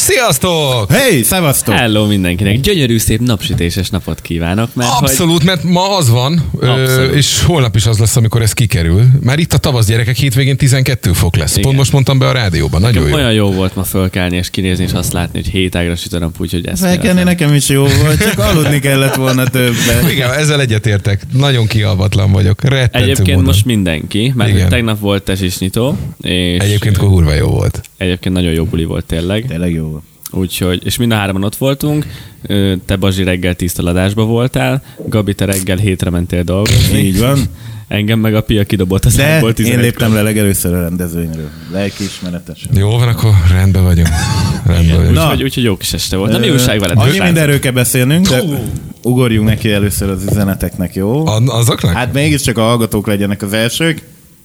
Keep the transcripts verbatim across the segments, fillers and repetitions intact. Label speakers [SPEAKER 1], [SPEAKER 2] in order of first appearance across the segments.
[SPEAKER 1] Sziasztok!
[SPEAKER 2] Hey, szevasztok!
[SPEAKER 3] Hello mindenkinek! Gyönyörű, szép napsütéses napot kívánok. Mert
[SPEAKER 1] Abszolút,
[SPEAKER 3] hogy...
[SPEAKER 1] mert ma az van, ö, és holnap is az lesz, amikor ez kikerül. Már itt a tavasz, gyerekek, hétvégén tizenkettő fok lesz. Igen. Pont most mondtam be a rádióban, nagyon jó.
[SPEAKER 3] Olyan jó volt ma fölkelni és kinézni, és azt látni, hogy hét ágra süt a nap, úgyhogy ezt
[SPEAKER 2] felkelni nekem is jó volt, csak aludni kellett volna többet.
[SPEAKER 1] Igen, ezzel egyetértek. Nagyon kialvatlan vagyok. Rettentő
[SPEAKER 3] Egyébként
[SPEAKER 1] módon.
[SPEAKER 3] Most mindenki, mert
[SPEAKER 1] igen.
[SPEAKER 3] Tegnap volt tesisnyitó. És
[SPEAKER 1] egyébként kurva jó volt.
[SPEAKER 3] Egyébként nagyon jó buli volt tényleg.
[SPEAKER 2] Tényleg jó volt.
[SPEAKER 3] Úgyhogy, és mind a hárman ott voltunk. Te, Bazsi, reggel tisztaladásba voltál, Gabi, te reggel hétre mentél dolgozni.
[SPEAKER 2] Így van.
[SPEAKER 3] Engem meg a Pia kidobott az
[SPEAKER 2] De
[SPEAKER 3] ágyból
[SPEAKER 2] én léptem le legelőször a rendezvényről. Lelkiismeretesen.
[SPEAKER 1] Jó van, akkor rendben vagyunk. Rendben vagyunk.
[SPEAKER 3] Úgyhogy úgy, jó kis este volt. Na, mi újság veled?
[SPEAKER 2] Annyi mindenről kell beszélnünk, de ugorjunk neki először az üzeneteknek, jó?
[SPEAKER 1] A, azoknak?
[SPEAKER 2] Hát mégiscsak a hallgatók legyenek az elsők.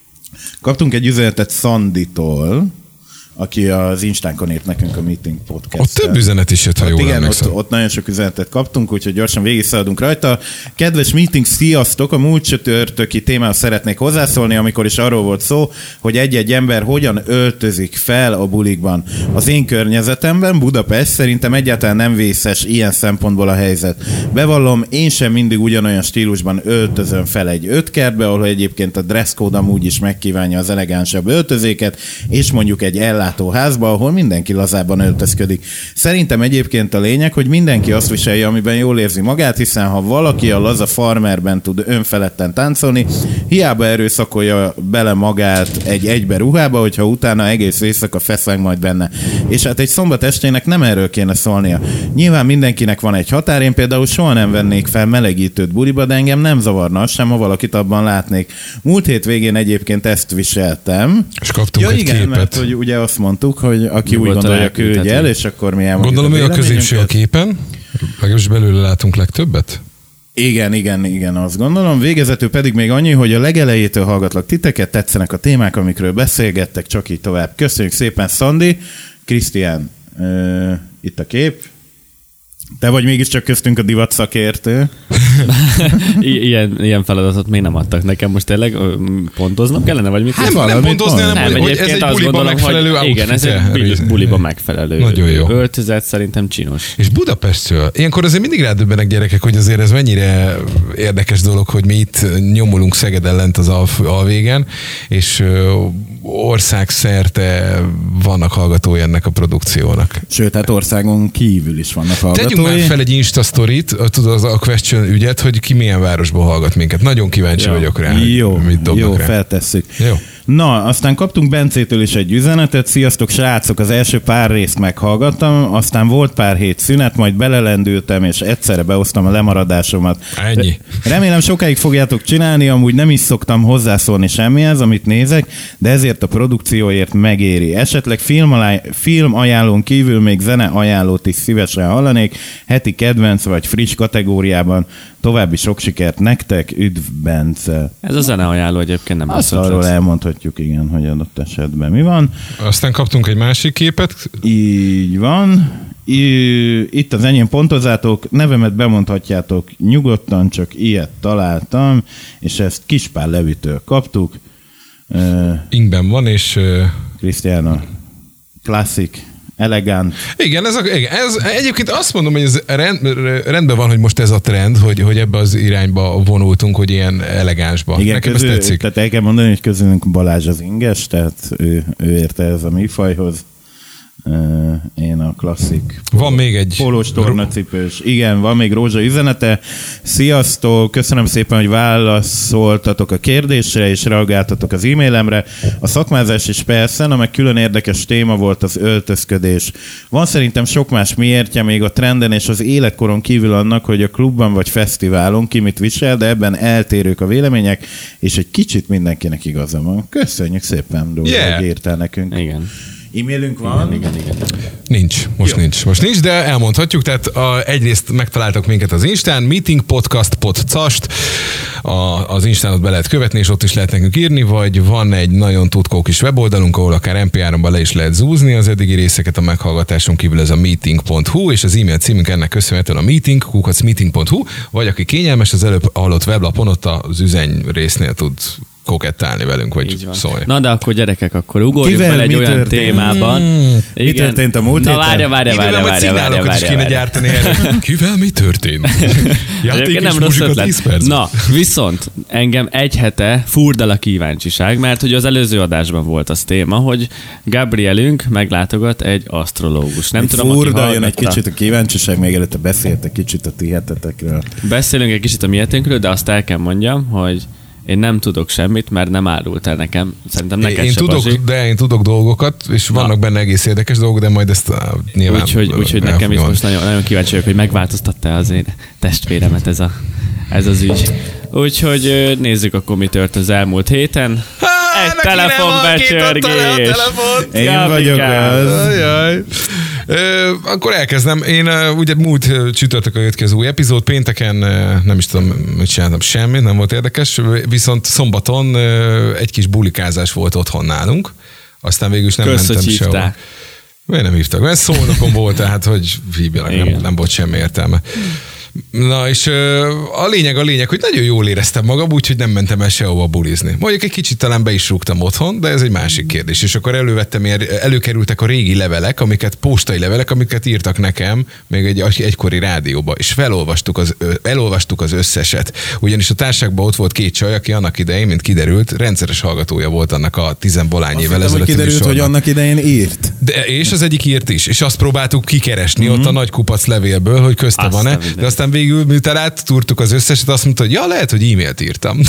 [SPEAKER 2] Kaptunk egy üzenetet Szanditól, aki az Instánkon írt nekünk a Meeting Podcast.
[SPEAKER 1] Ott több üzenet is jött, ha jól
[SPEAKER 2] igen, ott, ott nagyon sok üzenetet kaptunk, úgyhogy gyorsan végig szaladunk rajta. Kedves Meeting, sziasztok! A múlt csütörtöki témához szeretnék hozzászólni, amikor is arról volt szó, hogy egy-egy ember hogyan öltözik fel a bulikban. Az én környezetemben, Budapest, szerintem egyáltalán nem vészes ilyen szempontból a helyzet. Bevallom, én sem mindig ugyanolyan stílusban öltözöm fel egy ötkertbe, ahol egyébként a dresscode amúgy is megkívánja az elegánsabb öltözéket, és mondjuk egy ellátó házba, ahol mindenki lazában öltözködik. Szerintem egyébként a lényeg, hogy mindenki azt viselje, amiben jól érzi magát, hiszen ha valaki a laza farmerben tud önfeledten táncolni, hiába erőszakolja bele magát egy egybe ruhába, hogyha utána egész éjszaka feszeng majd benne. És hát egy szombat estének nem erről kéne szólnia. Nyilván mindenkinek van egy határ, én például soha nem vennék fel melegítőt buliba, de engem nem zavarna sem, ha valakit abban látnék. Múlt hét végén egyébként ezt viseltem.
[SPEAKER 1] És kaptunk
[SPEAKER 2] ja,
[SPEAKER 1] egy
[SPEAKER 2] igen,
[SPEAKER 1] képet.
[SPEAKER 2] Mert, hogy ugye azt mondtuk, hogy aki
[SPEAKER 3] mi
[SPEAKER 2] úgy gondolja, küldje el, és akkor mi elmondjuk.
[SPEAKER 1] Gondolom, hogy a középső a képen, legalábbis belőle látunk legtöbbet.
[SPEAKER 2] Igen, igen, igen, azt gondolom. Végezetül pedig még annyi, hogy a legelejétől hallgatlak titeket, tetszenek a témák, amikről beszélgettek, csak így tovább. Köszönjük szépen, Szandi. Krisztián, uh, itt a kép. Te vagy mégiscsak köztünk a divat szakértő.
[SPEAKER 3] I- ilyen, ilyen feladatot még nem adtak nekem. Most tényleg pontoznom kellene, vagy mit?
[SPEAKER 1] Hát nem pontozni, hanem,
[SPEAKER 3] nem,
[SPEAKER 1] hogy ez egy buliba
[SPEAKER 3] gondolom,
[SPEAKER 1] megfelelő
[SPEAKER 3] hogy igen, ez egy buliba megfelelő
[SPEAKER 1] nagyon jó.
[SPEAKER 3] öltözet, szerintem csinos.
[SPEAKER 1] És Budapestről, ilyenkor azért mindig rádöbbenek gyerekek, hogy azért ez mennyire érdekes dolog, hogy mi itt nyomulunk Szegeden lent az Alf- Alvégen, és országszerte vannak hallgatói ennek a produkciónak.
[SPEAKER 2] Sőt, hát országon kívül is vannak hallgatói.
[SPEAKER 1] Tegyünk már fel egy Insta sztorit, tudod az a question ügyet, hogy ki milyen városból hallgat minket. Nagyon kíváncsi
[SPEAKER 3] jó.
[SPEAKER 1] vagyok rá.
[SPEAKER 2] Jó,
[SPEAKER 1] mit
[SPEAKER 2] jó,
[SPEAKER 1] rá.
[SPEAKER 2] feltesszük.
[SPEAKER 1] Jó.
[SPEAKER 2] Na, aztán kaptunk Bencétől is egy üzenetet. Sziasztok, srácok, az első pár részt meghallgattam, aztán volt pár hét szünet, majd belelendültem, és egyszerre behoztam a lemaradásomat.
[SPEAKER 1] Ennyi.
[SPEAKER 2] Remélem sokáig fogjátok csinálni, amúgy nem is szoktam hozzászólni semmihez, amit nézek, de ezért a produkcióért megéri. Esetleg film, alá, film ajánlón kívül még zene ajánlót is szívesen hallanék, heti kedvenc vagy friss kategóriában. További sok sikert nektek, üdv Bence.
[SPEAKER 3] Ez a zene ajánló egyébként nem
[SPEAKER 2] azt arról elmondhatjuk, igen, hogy adott esetben mi van.
[SPEAKER 1] Aztán kaptunk egy másik képet.
[SPEAKER 2] Így van. Itt az enyém pontozzátok, nevemet bemondhatjátok nyugodtan, csak ilyet találtam, és ezt Kispál Levitől kaptuk.
[SPEAKER 1] Ingben van, és...
[SPEAKER 2] Krisztiána, klasszik. Elegant.
[SPEAKER 1] Igen, ez, a, igen, ez egyébként azt mondom, hogy ez rend, rendben van, hogy most ez a trend, hogy, hogy ebbe az irányba vonultunk, hogy ilyen elegánsba.
[SPEAKER 2] Igen,
[SPEAKER 1] nekem
[SPEAKER 2] közül,
[SPEAKER 1] ez tetszik.
[SPEAKER 2] Tehát el kell mondani, hogy közülünk Balázs az inges, tehát ő, ő érte ez a műfajhoz. Én a klasszik
[SPEAKER 1] van még egy
[SPEAKER 2] pólós tornacipős. Igen, van még Rózsa üzenete. Sziasztok, köszönöm szépen, hogy válaszoltatok a kérdésre, és reagáltatok az e-mailemre. A szakmázás is persze, na meg külön érdekes téma volt az öltözködés. Van szerintem sok más miértje még a trenden és az életkoron kívül annak, hogy a klubban vagy fesztiválon ki mit visel, de ebben eltérők a vélemények, és egy kicsit mindenkinek igaza van. Köszönjük szépen, Rózsa, yeah. hogy írtál nekünk.
[SPEAKER 3] Igen.
[SPEAKER 2] E-mailünk van?
[SPEAKER 3] Igen, igen, igen.
[SPEAKER 1] Nincs, most Jó. nincs. Most nincs, de elmondhatjuk, tehát a, egyrészt megtaláltak minket az Instán, Meeting Podcast Podcast, a, az Instánot be lehet követni, és ott is lehet nekünk írni, vagy van egy nagyon tutkó kis weboldalunk, ahol akár em pé három-ban le is lehet zúzni az eddigi részeket, a meghallgatáson kívül ez a meeting pont hu, és az e-mail címünk ennek köszönhetően a meeting, kukac meeting pont hu, vagy aki kényelmes, az előbb hallott weblapon ott az üzeny résznél tud kokettálni velünk, vagy szólni.
[SPEAKER 3] Na de akkor gyerekek, akkor ugorjunk bele egy olyan történt? témában.
[SPEAKER 2] Mm. Mi történt a múlt
[SPEAKER 3] héten? Na várja, várja, várja, várja, várja, várja,
[SPEAKER 1] is kéne gyártani erre. Kivel mi történt? Játék és muzsika tíz perc.
[SPEAKER 3] Na, viszont engem egy hete furdal a kíváncsiság, mert hogy az előző adásban volt az téma, hogy Gabrielünk meglátogat egy asztrológus. Nem
[SPEAKER 2] egy
[SPEAKER 3] tudom,
[SPEAKER 2] furdaljon egy kicsit a kíváncsiság, még előtte beszéltek kicsit a ti hetetekről.
[SPEAKER 3] Beszélünk egy kicsit a mi hetünkről, de azt el kell mondjam, hogy én nem tudok semmit, mert nem árult el nekem. Szerintem neked
[SPEAKER 1] én
[SPEAKER 3] se,
[SPEAKER 1] tudok,
[SPEAKER 3] Bazsi.
[SPEAKER 1] de én tudok dolgokat, és vannak Na. benne egész érdekes dolgok, de majd ezt uh, nyilván...
[SPEAKER 3] Úgyhogy úgy, nekem is most nagyon, nagyon kíváncsi vagyok, hogy megváltoztatta az én testvéremet ez, a, ez az ügy. Úgyhogy nézzük akkor, mi tört az elmúlt héten.
[SPEAKER 1] Há,
[SPEAKER 3] egy telefonbecsörgés.
[SPEAKER 2] Én Gabi vagyok az.
[SPEAKER 1] Ö, akkor elkezdem. Én uh, ugye múlt csütörtökön jött ki az új epizód, pénteken uh, nem is tudom, mit csináltam, semmit, nem volt érdekes, viszont szombaton uh, egy kis bulikázás volt otthon nálunk, aztán végül is nem
[SPEAKER 3] Kösz,
[SPEAKER 1] mentem sehol. Miért nem hívtak? Mert Szolnokon volt, tehát hogy hívjanak, nem, nem volt semmi értelme. Na és a lényeg a lényeg, hogy nagyon jól éreztem magam, úgyhogy nem mentem el sehova bulizni. Mondjuk egy kicsit talán be is rúgtam otthon, de ez egy másik kérdés. És akkor elővettem, előkerültek a régi levelek, amiket, postai levelek, amiket írtak nekem még egy egykori rádióba, és felolvastuk az, elolvastuk az összeset. Ugyanis a társaságban ott volt két csaj, aki annak idején, mint kiderült, rendszeres hallgatója volt annak a tizenvalány évvel ezelőtt.
[SPEAKER 2] Kiderült, hogy annak idején írt.
[SPEAKER 1] De, és az egyik írt is, és azt próbáltuk kikeresni mm-hmm. ott a nagy kupac levélből, hogy közte azt van-e, de aztán végül, miután áttúrtuk az összeset, azt mondta, hogy ja, lehet, hogy e-mailt írtam.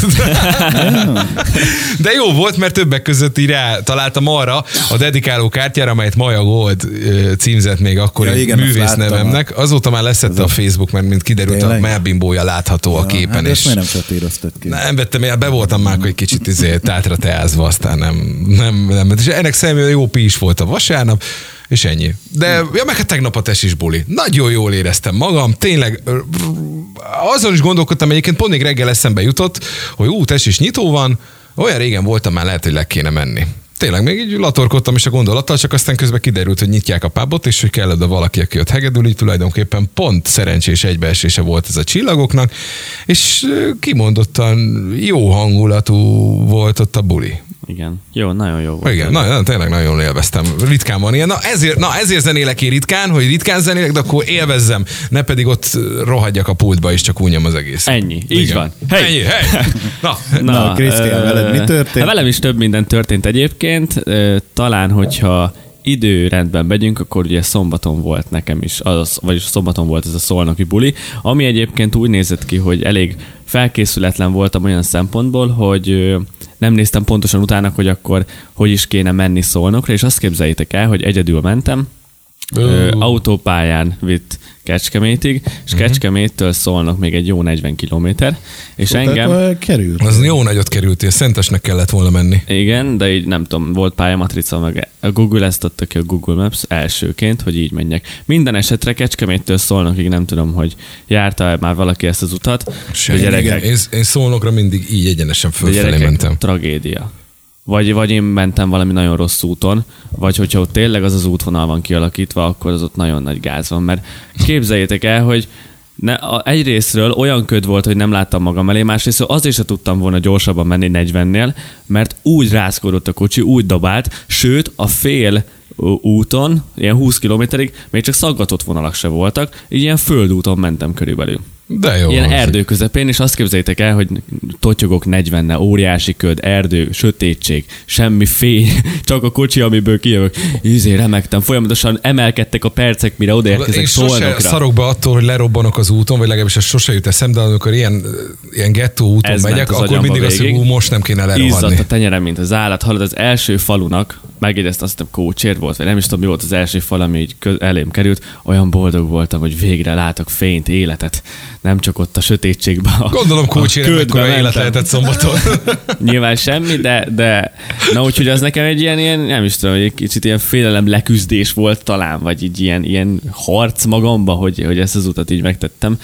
[SPEAKER 1] De jó volt, mert többek között így rá találtam arra a dedikáló kártyára, amelyet Maja Gold címzett még akkor ja, igen, művész nevemnek. Azóta már leszette a Facebook, mert mint kiderült, tényleg? A melbimbója látható ja, a képen. Hát
[SPEAKER 2] és nem satíroztad ki.
[SPEAKER 1] Nem vettem el, be voltam már egy kicsit izé, tátra teázva, aztán nem, nem, nem. És ennek szemben jó pi is volt a vasárnap, és ennyi. De ja, meg hát tegnap a tesis buli. Nagyon jól éreztem magam, tényleg azon is gondolkodtam, egyébként pont még reggel eszembe jutott, hogy ú, tesis nyitó van, olyan régen voltam, már lehet, hogy le kéne menni. Tényleg még így latorkodtam is a gondolattal, csak aztán közben kiderült, hogy nyitják a pubot, és hogy kell oda valaki, aki ott hegedül, így tulajdonképpen pont szerencsés egybeesése volt ez a csillagoknak, és kimondottan jó hangulatú volt ott a buli.
[SPEAKER 3] Igen, jó, nagyon jó volt.
[SPEAKER 1] Igen, na, na, tényleg nagyon élveztem. Ritkán van ilyen. Na ezért, na ezért zenélek én ritkán, hogy ritkán zenélek, de akkor élvezzem, ne pedig ott rohadjak a pultba, és csak unjam az egész.
[SPEAKER 3] Ennyi, így igen. Van.
[SPEAKER 1] Hey. Ennyi, hey. Na,
[SPEAKER 2] na, na Krisztián, veled mi történt?
[SPEAKER 3] Hát velem is több minden történt egyébként. Talán, hogyha időrendben megyünk, akkor ugye szombaton volt nekem is, az, vagyis szombaton volt ez a szolnoki buli, ami egyébként úgy nézett ki, hogy elég felkészületlen voltam olyan szempontból, hogy nem néztem pontosan utána, hogy akkor hogy is kéne menni Szolnokra, és azt képzeljétek el, hogy egyedül mentem, ö, autópályán vitt Kecskemétig, és uh-huh. Kecskeméttől Szolnok még egy jó negyven kilométer, és
[SPEAKER 2] szóval
[SPEAKER 3] engem...
[SPEAKER 2] került.
[SPEAKER 1] Az jó nagyot kerültél, Szentesnek kellett volna menni.
[SPEAKER 3] Igen, de így nem tudom, volt pályamatrica, meg a Google ezt adta ki a Google Maps elsőként, hogy így menjek. Minden esetre Kecskeméttől Szolnokig nem tudom, hogy járta már valaki ezt az utat.
[SPEAKER 1] Sem, gyerekek, én, én Szolnokra mindig így egyenesen fölfelé mentem.
[SPEAKER 3] Tragédia. Vagy, vagy én mentem valami nagyon rossz úton, vagy hogyha ott tényleg az az útvonal van kialakítva, akkor az ott nagyon nagy gáz van, mert képzeljétek el, hogy ne, a, egyrésztről olyan köd volt, hogy nem láttam magam elé, másrésztről azért sem tudtam volna gyorsabban menni negyvennél, mert úgy rázkodott a kocsi, úgy dobált, sőt a fél úton, ilyen húsz kilométerig még csak szaggatott vonalak se voltak, így ilyen földúton mentem körülbelül.
[SPEAKER 1] De jó.
[SPEAKER 3] Ilyen erdő közepén, és azt képzeljétek el, hogy totyogok negyvennel, óriási köd, erdő, sötétség, semmi fény, csak a kocsi, amiből kijövök. Ízé, remegtem, folyamatosan emelkedtek a percek, mire odaérkezek Szolnokra.
[SPEAKER 1] Szarok be attól, hogy lerobbanok az úton, vagy legalábbis ez sose jut eszembe, de amikor ilyen, ilyen gettó úton ez megyek, akkor mindig azt, hogy most nem kéne lerohanni.
[SPEAKER 3] Izzadt a tenyerem, mint az állat. Hallod, az első falunak, megjegyezt azt hiszem Kócsér volt, vagy nem is tudom, mi volt az első fal, ami így elém került, olyan boldog voltam, hogy végre látok fényt, életet. Nem csak ott a sötétségben. A,
[SPEAKER 1] Gondolom Kócsére mekkora élet lehetett szombaton.
[SPEAKER 3] Nyilván semmi, de, de na úgyhogy az nekem egy ilyen, ilyen nem is tudom, egy kicsit ilyen félelem leküzdés volt talán, vagy így ilyen, ilyen harc magamba, hogy, hogy ezt az utat így megtettem.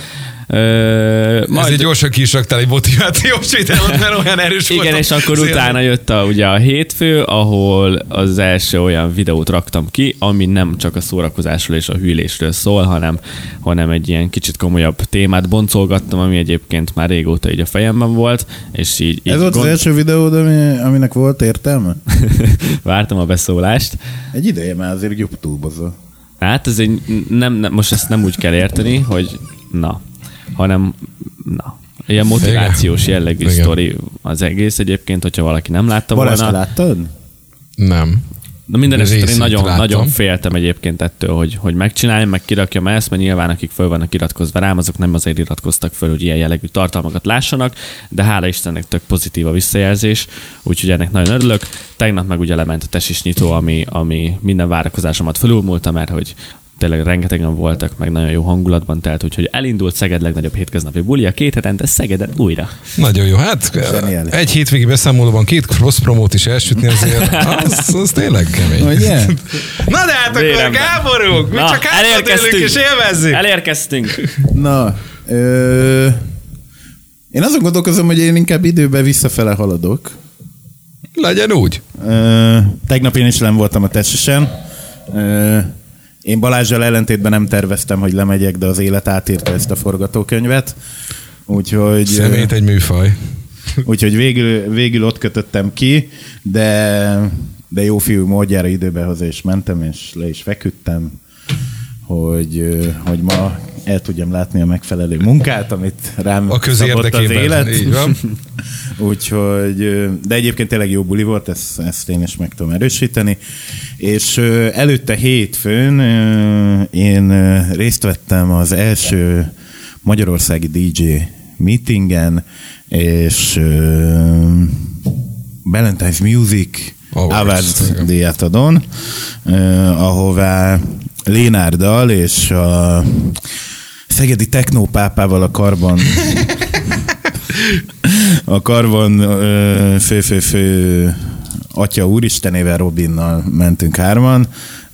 [SPEAKER 3] Ö,
[SPEAKER 1] majd... Ezért gyorsan ki is raktál egy motivációs videót, mert olyan erős volt.
[SPEAKER 3] Igen, és akkor
[SPEAKER 1] Szépen.
[SPEAKER 3] utána jött a, ugye a hétfő, ahol az első olyan videót raktam ki, ami nem csak a szórakozásról és a hűlésről szól, hanem, hanem egy ilyen kicsit komolyabb témát boncolgattam, ami egyébként már régóta így a fejemben volt, és így... így
[SPEAKER 2] Ez volt gond... az első videód, ami, aminek volt értelme?
[SPEAKER 3] Vártam a beszólást.
[SPEAKER 2] Egy ideje már azért YouTube-ozol.
[SPEAKER 3] Hát ez egy, nem, nem, most ezt nem úgy kell érteni, hogy na, hanem na. Ilyen motivációs jellegű Igen. sztori az egész egyébként, hogyha valaki nem látta
[SPEAKER 2] Balázs,
[SPEAKER 3] volna.
[SPEAKER 2] láttad?
[SPEAKER 1] Nem.
[SPEAKER 3] De minden esetre én nagyon, nagyon féltem egyébként ettől, hogy, hogy megcsináljam, meg kirakjam ezt, mert nyilván akik föl vannak iratkozva rám, azok nem azért iratkoztak föl, hogy ilyen jellegű tartalmakat lássanak, de hála Istennek tök pozitív a visszajelzés, úgyhogy ennek nagyon örülök. Tegnap meg ugye lement a tesis nyitó, ami, ami minden várakozásomat fölülmúlta, mert hogy tényleg rengetegen voltak, meg nagyon jó hangulatban telt, úgyhogy elindult Szeged legnagyobb hétköznapi bulia, két hetente Szegeden újra.
[SPEAKER 1] Nagyon jó, hát Zseniális. Egy hétvégi beszámolóban két cross promót is elsütni azért, az, az tényleg kemény.
[SPEAKER 2] Ugye?
[SPEAKER 1] Na de hát akkor Gáborunk, mi csak elérkeztünk és élvezzük.
[SPEAKER 3] Elérkeztünk.
[SPEAKER 2] Na, ö, én azon gondolkozom, hogy én inkább időben visszafele haladok.
[SPEAKER 1] Legyen úgy.
[SPEAKER 2] Ö, tegnap én is nem voltam a testesen. Ö, Én Balázsral ellentétben nem terveztem, hogy lemegyek, de az élet átírta ezt a forgatókönyvet. Úgyhogy...
[SPEAKER 1] Szemét egy műfaj.
[SPEAKER 2] Úgyhogy végül, végül ott kötöttem ki, de, de jó fiú módjára időbe haza is mentem, és le is feküdtem, hogy, hogy ma el tudjam látni a megfelelő munkát, amit rám
[SPEAKER 1] a
[SPEAKER 2] szabott az élet.
[SPEAKER 1] Így van.
[SPEAKER 2] Úgyhogy, de egyébként tényleg jó buli volt, ezt, ezt én is meg tudom erősíteni. És előtte hétfőn én részt vettem az első magyarországi dé dzsé meetingen, és Valentine's Music oh, Awards díjat adon, ahová Lénárdal és a szegedi technópápával a karban a karban fő-fő-fő atya úristenével, Robinnal mentünk hárman,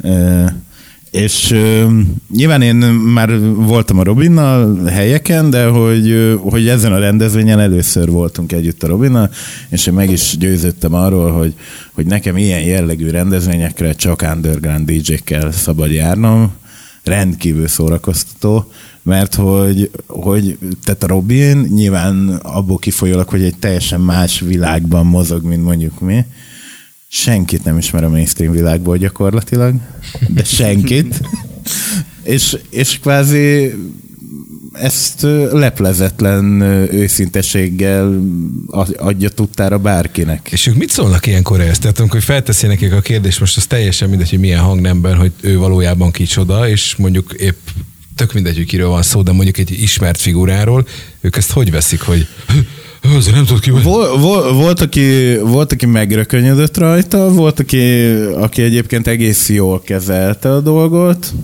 [SPEAKER 2] és nyilván én már voltam a Robinnal helyeken, de hogy, hogy ezen a rendezvényen először voltunk együtt a Robinnal, és én meg is győződtem arról, hogy, hogy nekem ilyen jellegű rendezvényekre csak underground dé dzsékkel szabad járnom, rendkívül szórakoztató, mert hogy, hogy tehát a Robin nyilván abból kifolyólag, hogy egy teljesen más világban mozog, mint mondjuk mi. Senkit nem ismer a mainstream világból gyakorlatilag, de senkit. és, és kvázi ezt leplezetlen őszinteséggel adja tudtára bárkinek.
[SPEAKER 1] És ők mit szólnak ilyenkor ezt? Tehát amikor felteszi nekik a kérdést, most az teljesen mindegy, hogy milyen hangnemben, hogy ő valójában kicsoda, és mondjuk épp tök mindegy, hogy kiről van szó, de mondjuk egy ismert figuráról, ők ezt hogy veszik, hogy ez nem tud ki, vagy...
[SPEAKER 2] Vol, vol, volt, aki, volt, aki megrökönyödött rajta, volt, aki, aki egyébként egész jól kezelte a dolgot,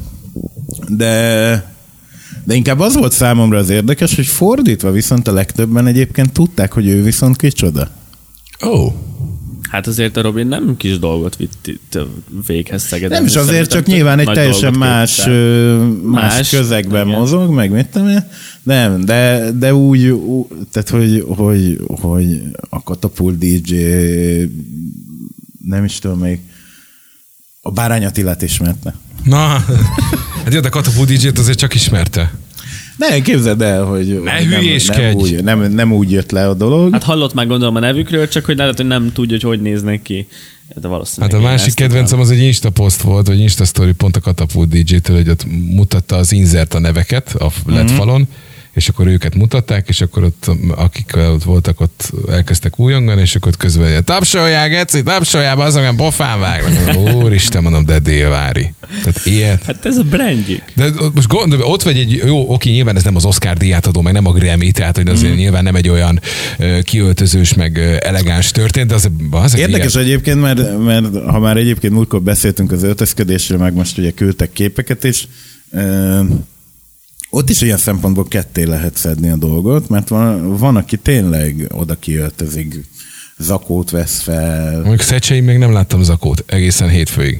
[SPEAKER 2] de, de inkább az volt számomra az érdekes, hogy fordítva viszont a legtöbben egyébként tudták, hogy ő viszont kicsoda.
[SPEAKER 1] Ó. Oh.
[SPEAKER 3] Hát azért a Robin nem kis dolgot vitt itt véghez Szegeden.
[SPEAKER 2] Nem is azért, csak nyilván egy teljesen más, más, más közegben igen. mozog, meg mit tudom én. Nem, de, de úgy, úgy, tehát hogy, hogy, hogy a Katapult dé dzsé, nem is tudom még, a Bárány Attilát ismerte.
[SPEAKER 1] Na, hát jó, de Katapult dé dzsét azért csak ismerte.
[SPEAKER 2] Ne, képzeld el, hogy
[SPEAKER 1] ne
[SPEAKER 2] nem, nem, úgy, nem, nem úgy jött le a dolog.
[SPEAKER 3] Hát hallott már gondolom a nevükről, csak hogy lehet, hogy nem tudja, hogy hogy néznek ki. De valószínűleg
[SPEAKER 1] hát a másik kedvencem az egy Insta poszt volt, vagy Insta story pont a Katapult dé dzsétől, hogy ott mutatta az Inzert a neveket a led mm-hmm. falon, és akkor őket mutatták, és akkor ott, akik ott voltak, ott elkezdtek újongani, és akkor közben tapsolják, Eci, tapsoljál, azon, hogy pofán vágnak. Úristen, mondom, de délvári. Tehát ilyet.
[SPEAKER 3] Hát ez a brandjük.
[SPEAKER 1] De most gondolj, ott vagy egy, jó, oké, nyilván ez nem az Oscar díját adó, meg nem a Grammy, tehát hogy azért mm. nyilván nem egy olyan uh, kiöltözős, meg uh, elegáns történt, de az, az
[SPEAKER 2] érdekes
[SPEAKER 1] ilyen...
[SPEAKER 2] egyébként, mert, mert ha már egyébként múltkor beszéltünk az öltözködésről, meg most ugye küldtek képeket is, uh, ott is ilyen szempontból ketté lehet szedni a dolgot, mert van, van aki tényleg oda kiöltözik, zakót vesz fel.
[SPEAKER 1] Mondjuk Szecseim még nem láttam zakót egészen hétfőig.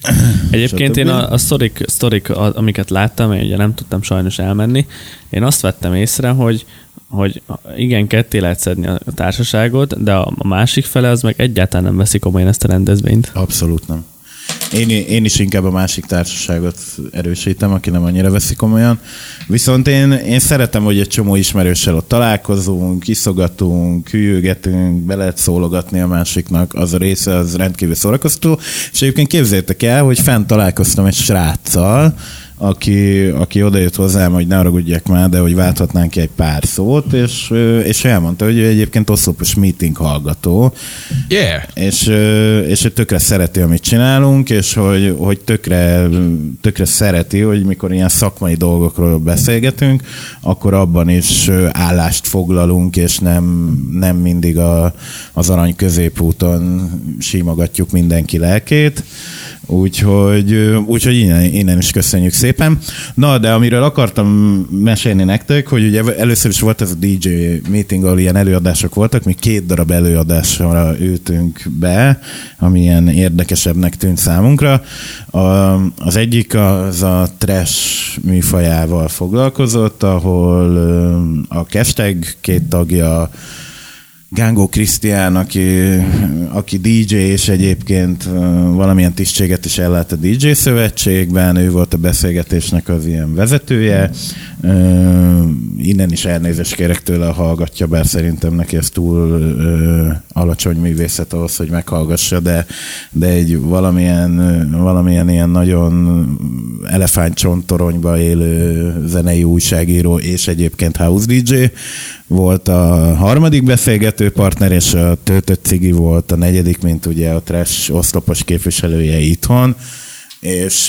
[SPEAKER 3] Egyébként én a, a sztorik, sztorik, amiket láttam, én ugye nem tudtam sajnos elmenni, én azt vettem észre, hogy hogy igen, ketté lehet szedni a társaságot, de a másik fele az meg egyáltalán nem veszi komolyan ezt a rendezvényt.
[SPEAKER 2] Abszolút nem. Én, én is inkább a másik társaságot erősítem, aki nem annyira veszi komolyan. Viszont én, én szeretem, hogy egy csomó ismerőssel ott találkozunk, iszogatunk, hülyögetünk, be lehet szólogatni a másiknak, az a része az rendkívül szórakoztató. És egyébként képzeljétek el, hogy fent találkoztam egy sráccal, aki, aki odajött hozzám, hogy ne haragudjak már, de hogy válthatnánk ki egy pár szót, és, és elmondta, hogy ő egyébként oszlopos meeting hallgató.
[SPEAKER 1] Yeah.
[SPEAKER 2] És, és ő tökre szereti, amit csinálunk, és hogy, hogy tökre, tökre szereti, hogy mikor ilyen szakmai dolgokról beszélgetünk, akkor abban is állást foglalunk, és nem, nem mindig a, az arany középúton símogatjuk mindenki lelkét. Úgyhogy, úgyhogy innen, innen is köszönjük szépen. Na, de amiről akartam mesélni nektek, hogy ugye először is volt ez a dé dzsé meeting, ahol ilyen előadások voltak, mi két darab előadásra ültünk be, ami ilyen érdekesebbnek tűnt számunkra. A, az egyik az a trash műfajával foglalkozott, ahol a Keshtag két tagja, Gángó Krisztián, aki, aki dé dzsé, és egyébként valamilyen tisztséget is ellát a dé dzsé szövetségben, ő volt a beszélgetésnek az ilyen vezetője. Innen is elnézést kérek tőle, hallgatja, bár szerintem neki ez túl alacsony művészet ahhoz, hogy meghallgassa, de, de egy valamilyen, valamilyen ilyen nagyon elefántcsontoronyba élő zenei újságíró, és egyébként house dé dzsé volt a harmadik beszélgető partner, és a Töltött Cigi volt a negyedik, mint ugye a trash oszlopos képviselője itthon, és...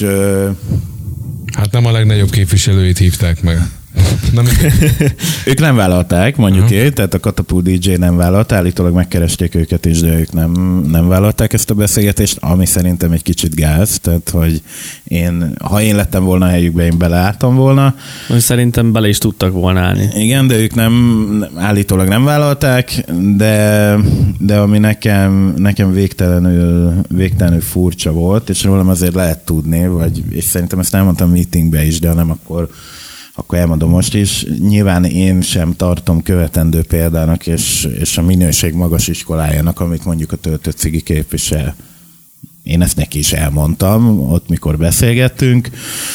[SPEAKER 1] Hát nem a legnagyobb képviselőit hívták meg. Nem.
[SPEAKER 2] Ők nem vállalták, mondjuk én, tehát a Katapult dé dzsé nem vállalt, állítólag megkeresték őket is, de ők nem, nem vállalták ezt a beszélgetést, ami szerintem egy kicsit gáz, tehát hogy én, ha én lettem volna a helyükbe, én beleálltam volna.
[SPEAKER 3] Most szerintem bele is tudtak volna állni.
[SPEAKER 2] Igen, de ők nem, állítólag nem vállalták, de, de ami nekem, nekem végtelenül, végtelenül furcsa volt, és rólam azért lehet tudni, vagy, és szerintem ezt elmondtam meetingbe is, de nem akkor akkor elmondom most is. Nyilván én sem tartom követendő példának, és, és a minőség magas iskolájának, amit mondjuk a Töltött Cigi képvisel. Én ezt neki is elmondtam, ott mikor beszélgettünk,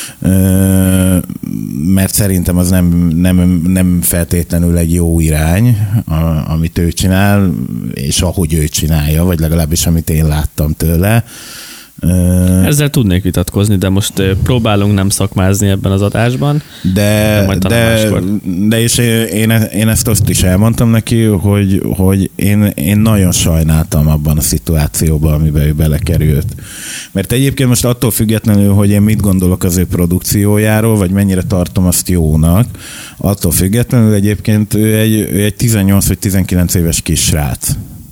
[SPEAKER 2] mert szerintem az nem, nem, nem feltétlenül egy jó irány, amit ő csinál, és ahogy ő csinálja, vagy legalábbis amit én láttam tőle.
[SPEAKER 3] Ezzel tudnék vitatkozni, de most próbálunk nem szakmázni ebben az adásban.
[SPEAKER 2] De, de, de, de és én, én ezt azt is elmondtam neki, hogy, hogy én, én nagyon sajnáltam abban a szituációban, amiben ő belekerült. Mert egyébként most attól függetlenül, hogy én mit gondolok az ő produkciójáról, vagy mennyire tartom azt jónak, attól függetlenül egyébként ő egy, ő egy tizennyolc vagy tizenkilenc éves kisrác,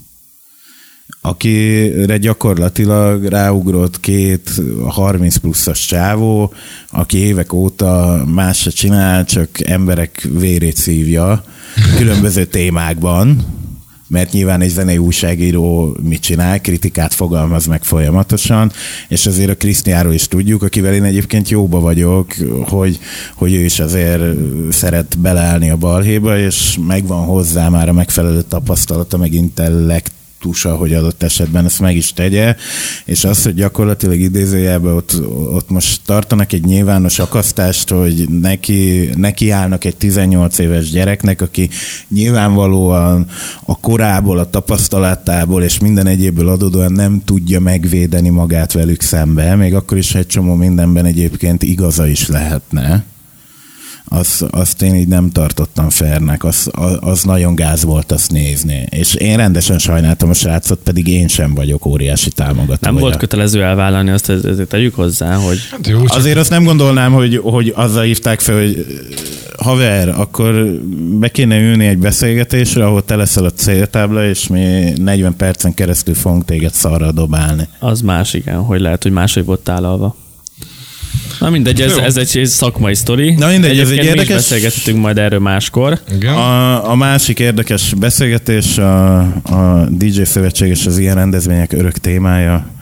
[SPEAKER 2] akire gyakorlatilag ráugrott két harminc pluszos csávó, aki évek óta más se csinál, csak emberek vérét szívja különböző témákban, mert nyilván egy zenei újságíró mit csinál, kritikát fogalmaz meg folyamatosan, és azért a Krisztiánról is tudjuk, akivel én egyébként jóba vagyok, hogy, hogy ő is azért szeret beleállni a balhéba, és megvan hozzá már a megfelelő tapasztalata, meg intellekt, tusa, hogy adott esetben ezt meg is tegye, és az, hogy gyakorlatilag idézőjelben ott, ott most tartanak egy nyilvános akasztást, hogy neki, neki állnak egy tizennyolc éves gyereknek, aki nyilvánvalóan a korából, a tapasztalatából és minden egyébből adódóan nem tudja megvédeni magát velük szembe, még akkor is egy csomó mindenben egyébként igaza is lehetne. Az, azt én így nem tartottam fairnek, az, az nagyon gáz volt azt nézni. És én rendesen sajnáltam a srácot, pedig én sem vagyok óriási támogató.
[SPEAKER 3] Nem volt kötelező elvállalni, azt ezért tegyük hozzá, hogy...
[SPEAKER 2] Hát jó, csak... Azért azt nem gondolnám, hogy, hogy azzal hívták fel, hogy haver, akkor be kéne ülni egy beszélgetésre, ahol te leszel a céltábla, és mi negyven percen keresztül fogunk téged szarra dobálni. Az más, igen, hogy lehet, hogy máshogy volt tálalva. Na mindegy, ez, ez egy szakmai sztori. Na mindegy, ez egy érdekes... mi is beszélgethetünk majd erről máskor. A, a másik érdekes beszélgetés a, a dé dzsé szövetség és az ilyen rendezvények örök témája.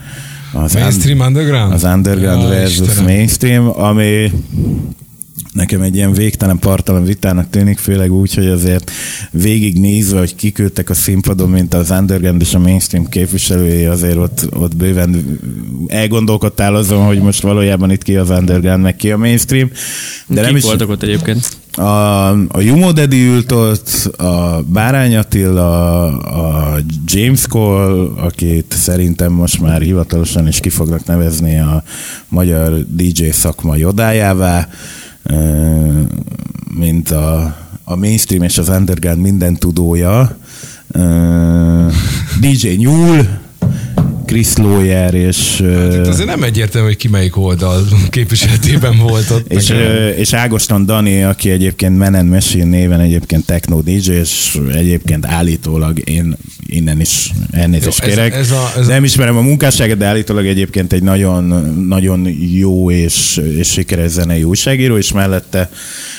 [SPEAKER 2] Az
[SPEAKER 1] mainstream, un- underground?
[SPEAKER 2] Az underground ja, versus Istenem. Mainstream, ami nekem egy ilyen végtelen partalan vitának tűnik, főleg úgy, hogy azért végignézve, hogy kiküldtek a színpadon, mint az underground és a mainstream képviselői, azért ott, ott bőven elgondolkodtál azon, hogy most valójában itt ki az underground, meg ki a mainstream.
[SPEAKER 3] De Kik nem is voltak ott egyébként?
[SPEAKER 2] A, a Jumo Daddy ült ott, a Bárány Attila, a James Cole, akit szerintem most már hivatalosan is ki fognak nevezni a magyar dé dzsé szakma jodájává, mint a, a mainstream és az underground minden tudója. dé dzsé Nyúl, Chris Lawyer, és...
[SPEAKER 1] Hát itt azért nem egyértelmű, hogy ki melyik oldal képviseletében volt ott.
[SPEAKER 2] És, és Ágoston Dani, aki egyébként Man and Machine néven egyébként techno dé dzsé, és egyébként állítólag én innen is elnézést kérek. Ez, ez a, ez nem ismerem a munkásságát, de állítólag egyébként egy nagyon, nagyon jó és, és sikeres zenei újságíró, és mellette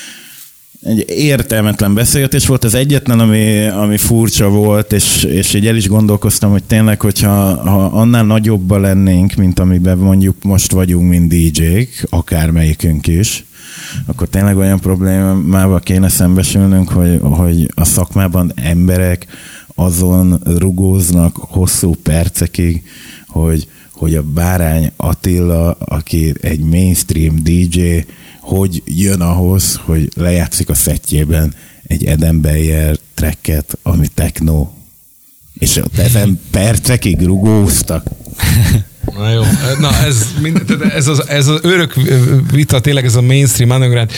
[SPEAKER 2] egy értelmetlen beszélgetés volt, az egyetlen, ami, ami furcsa volt, és, és így el is gondolkoztam, hogy tényleg, hogyha ha annál nagyobban lennénk, mint amiben mondjuk most vagyunk, mint dé dzsék, akármelyikünk is, akkor tényleg olyan problémával kéne szembesülnünk, hogy, hogy a szakmában emberek azon rugóznak hosszú percekig, hogy, hogy a Bárány Attila, aki egy mainstream dé dzsé, hogy jön ahhoz, hogy lejátszik a szettjében egy Eden Beyer tracket, ami techno, és ott ezen percekig rugóztak.
[SPEAKER 1] Na jó, na ez, ez, az, ez az örök vita, tényleg ez a mainstream underground,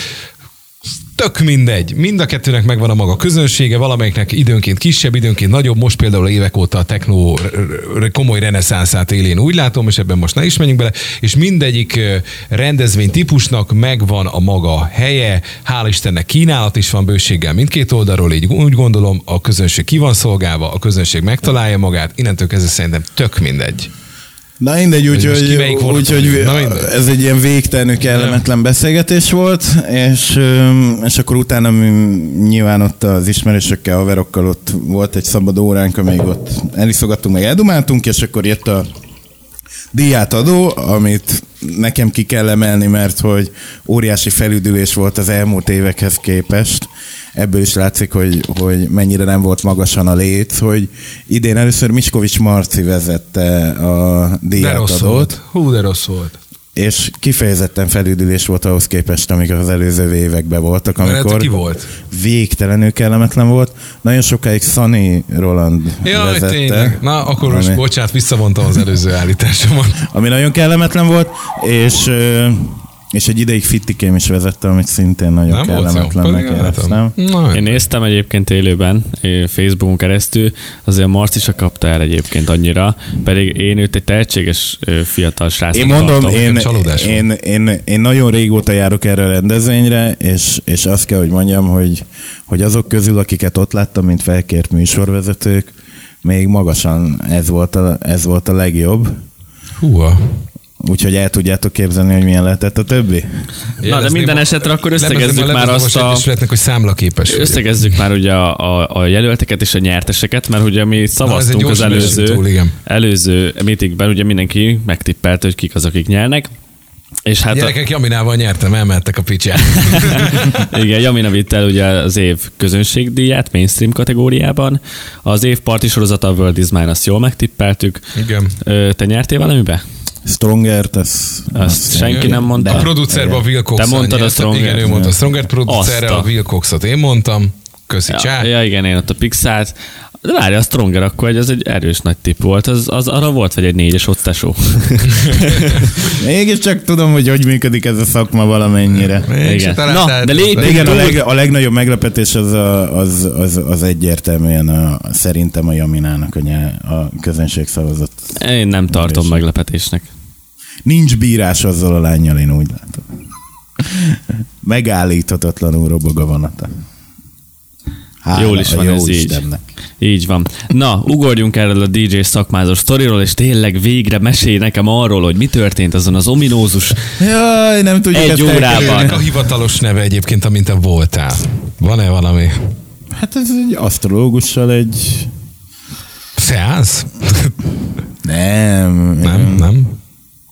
[SPEAKER 1] tök mindegy. Mind a kettőnek megvan a maga közönsége, valamelyiknek időnként kisebb, időnként nagyobb. Most például évek óta a technó komoly reneszánszát élén úgy látom, és ebben most ne is menjünk bele, és mindegyik rendezvény típusnak megvan a maga helye. Hál' Istennek kínálat is van bőséggel mindkét oldalról, így úgy gondolom, a közönség ki van szolgálva, a közönség megtalálja magát, innentől kezdve szerintem tök mindegy.
[SPEAKER 2] Na mindegy, úgyhogy úgy, úgy, ez egy ilyen végtelenül kellemetlen beszélgetés volt, és, és akkor utána nyilván ott az ismerősökkel, haverokkal ott volt egy szabad óránk, amíg ott eliszogattunk, meg eldumáltunk, és akkor jött a díjátadó, amit nekem ki kell emelni, mert hogy óriási felüdülés volt az elmúlt évekhez képest. Ebből is látszik, hogy, hogy mennyire nem volt magasan a léc, hogy idén először Miskovics Marci vezette a díjátadót.
[SPEAKER 1] Hú, de rossz volt.
[SPEAKER 2] És kifejezetten felüdülés volt ahhoz képest, amik az előző években voltak, amikor
[SPEAKER 1] ki volt?
[SPEAKER 2] Végtelenül kellemetlen volt. Nagyon sokáig Sunny Roland
[SPEAKER 1] Jaj,
[SPEAKER 2] vezette.
[SPEAKER 1] Tényleg. Na, akkor most ami, bocsánat, visszavontam az előző állításomat.
[SPEAKER 2] Ami nagyon kellemetlen volt, és... És egy ideig Fittikém is vezette, amit szintén nagyon nem kellemetlennek éreztem.
[SPEAKER 3] Én néztem egyébként élőben, Facebookon keresztül, azért Marci se kapta el egyébként annyira, pedig én őt egy tehetséges fiatal srácnak
[SPEAKER 2] Én mondom, én, én, én, én nagyon régóta járok erre a rendezvényre, és, és azt kell, hogy mondjam, hogy, hogy azok közül, akiket ott láttam, mint felkért műsorvezetők, még magasan ez volt a, ez volt a legjobb.
[SPEAKER 1] Húha.
[SPEAKER 2] Úgyhogy el tudjátok képzelni, hogy milyen lehetett a többi?
[SPEAKER 3] Na, de minden esetre akkor összegezzük már azt a...
[SPEAKER 1] hogy számlaképes.
[SPEAKER 3] Összegezzük már ugye a, a, a jelölteket és a nyerteseket, mert ugye mi szavaztunk az előző, túl, előző meetingben, ugye mindenki megtippelte, hogy kik az, akik nyernek. És hát
[SPEAKER 1] gyerekek, a... Jaminával nyertem, elmehettek a picsát.
[SPEAKER 3] Igen, Jamina vitt el ugye az év közönségdíját mainstream kategóriában. Az év parti sorozata a World is Mine, azt jól megtippeltük.
[SPEAKER 1] Igen.
[SPEAKER 3] Te nyertél valamibe?
[SPEAKER 2] Strongert, ez...
[SPEAKER 3] Azt senki nem mondta.
[SPEAKER 1] A producerben a Will Cox.
[SPEAKER 3] Te mondtad a Strongert.
[SPEAKER 1] Igen, ő mondta a Strongert, producerre a Will Coxot én mondtam. Köszi, csá.
[SPEAKER 3] Ja, ja, igen, én ott a Pixart. De várj, a Stronger akkor, hogy ez egy erős nagy tipp volt. Az, az arra volt, vagy egy négyes ott tesó.
[SPEAKER 2] Mégis csak tudom, hogy hogy működik ez a szakma valamennyire.
[SPEAKER 3] Igen. Na, de lépjünk
[SPEAKER 2] igen, a, leg, a legnagyobb meglepetés az, a, az, az, az egyértelműen a, szerintem a Jaminának a, nyel, a közönség szavazott.
[SPEAKER 3] Én nem tartom meglepetésnek.
[SPEAKER 2] Nincs bírás azzal a lánnyal, én úgy látom. Megállíthatatlanul robog a vonata. Hála,
[SPEAKER 3] jól is van ez így. Így van. Na, ugorjunk erről a dé dzsé szakmázó sztoriról, és tényleg végre mesélj nekem arról, hogy mi történt azon az ominózus
[SPEAKER 2] Jaj, nem tudjuk
[SPEAKER 3] egy órában.
[SPEAKER 1] A hivatalos neve egyébként, amint te voltál. Van-e valami?
[SPEAKER 2] Hát ez egy asztrológussal egy...
[SPEAKER 1] Szeánsz?
[SPEAKER 2] Nem.
[SPEAKER 1] Nem, nem.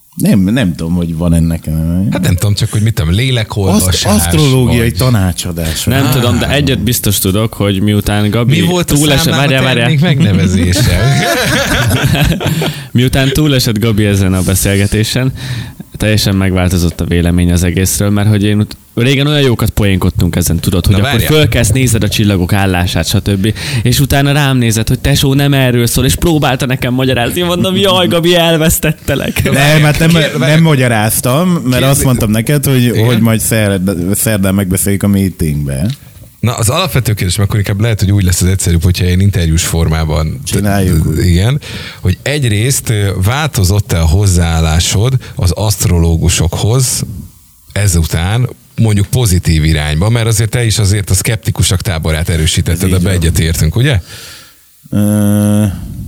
[SPEAKER 2] Nem, nem tudom, hogy van ennek.
[SPEAKER 1] Hát nem tudom, csak hogy mit tudom, lélekholvasás.
[SPEAKER 2] Aszt- asztrológiai
[SPEAKER 1] vagy...
[SPEAKER 2] tanácsadás.
[SPEAKER 3] Nem
[SPEAKER 2] ah.
[SPEAKER 3] tudom, de egyet biztos tudok, hogy miután Gabi
[SPEAKER 1] Mi volt
[SPEAKER 3] túlesett,
[SPEAKER 1] a
[SPEAKER 3] várjál, várjál.
[SPEAKER 1] megnevezése?
[SPEAKER 3] Miután túlesett Gabi ezen a beszélgetésen, teljesen megváltozott a vélemény az egészről, mert hogy én régen olyan jókat poénkodtunk ezen, tudod, hogy Na, akkor várjál. Fölkelsz, nézed a csillagok állását, stb. És utána rám nézed, hogy tesó, nem erről szól, és próbálta nekem magyarázni, mondom, jaj, Gabi, elvesztettelek.
[SPEAKER 2] Nem, hát nem, nem magyaráztam, mert Kérdez... azt mondtam neked, hogy, hogy majd szerd, szerdán megbeszéljük a meetingbe.
[SPEAKER 1] Na, az alapvető kérdés, akkor inkább lehet, hogy úgy lesz az egyszerűbb, hogyha ilyen interjús formában
[SPEAKER 2] csináljuk.
[SPEAKER 1] Igen, hogy egyrészt változott-e a hozzáállásod az asztrológusokhoz ezután, mondjuk pozitív irányba, mert azért te is azért a szkeptikusak táborát erősítetted, ebbe egyetértünk, ugye?
[SPEAKER 2] Ö...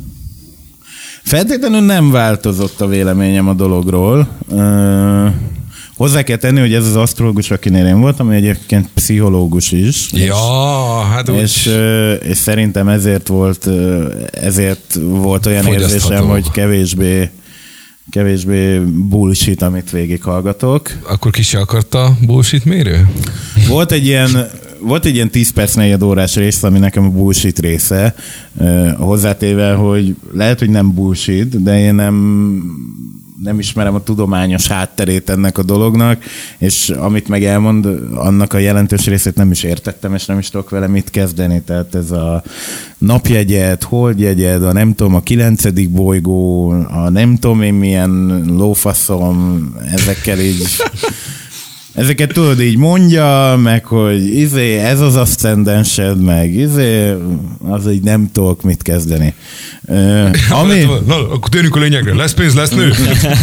[SPEAKER 2] Feltétlenül nem változott a véleményem a dologról. Ö... Hozzá kell tenni, hogy ez az asztrológus, akinél én voltam, ami egyébként pszichológus is.
[SPEAKER 1] Ja, hát úgy.
[SPEAKER 2] És, és szerintem ezért volt, ezért volt olyan érzésem, hogy kevésbé, kevésbé bullshit, amit végighallgatok.
[SPEAKER 1] Akkor ki se akarta bullshit mérő?
[SPEAKER 2] Volt egy ilyen, volt egy ilyen tíz perc, negyed órás rész, ami nekem a bullshit része. Hozzátéve, hogy lehet, hogy nem bullshit, de én nem... nem ismerem a tudományos hátterét ennek a dolognak, és amit meg elmond, annak a jelentős részét nem is értettem, és nem is tudok vele mit kezdeni. Tehát ez a napjegyed, holdjegyed, a nem tudom, a kilencedik bolygó, a nem tudom én milyen lófaszom, ezekkel így... Ezeket tudod, így mondja, meg hogy izé, ez az aszcendensed, meg izé, az így nem tudok mit kezdeni. Uh, ami...
[SPEAKER 1] Na, akkor térjünk a lényegre. Lesz pénz, lesz nő.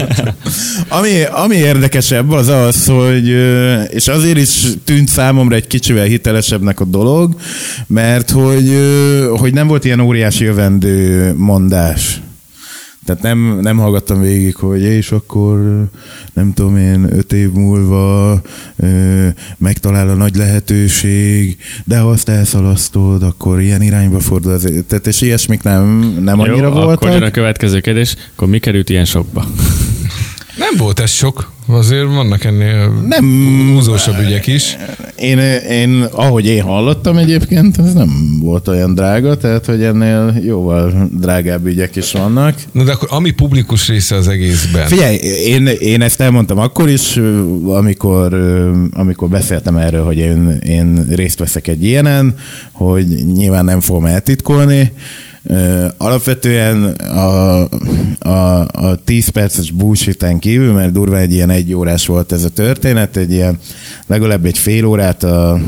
[SPEAKER 2] ami, ami érdekesebb az az, hogy, és azért is tűnt számomra egy kicsivel hitelesebbnek a dolog, mert hogy, hogy nem volt ilyen óriási jövendő mondás. Tehát nem, nem hallgattam végig, hogy és akkor nem tudom én, öt év múlva ö, megtalál a nagy lehetőség, de ha azt elszalasztod, akkor ilyen irányba fordul az élet. Tehát és ilyesmik nem, nem annyira
[SPEAKER 3] Jó,
[SPEAKER 2] voltak.
[SPEAKER 3] akkor jön a következő kérdés, akkor mi került ilyen sokba?
[SPEAKER 1] Nem volt ez sok. Azért vannak ennél nem húzósabb ügyek is.
[SPEAKER 2] Én, én, ahogy én hallottam egyébként, ez nem volt olyan drága, tehát hogy ennél jóval drágább ügyek is vannak.
[SPEAKER 1] Na de akkor ami publikus része az egészben?
[SPEAKER 2] Figyelj, én, én ezt elmondtam akkor is, amikor, amikor beszéltem erről, hogy én, én részt veszek egy ilyenen, hogy nyilván nem fogom eltitkolni. Uh, alapvetően a, a, a tíz perces bullshiten kívül, mert durva egy ilyen egy órás volt ez a történet, egy ilyen legalább egy fél órát a,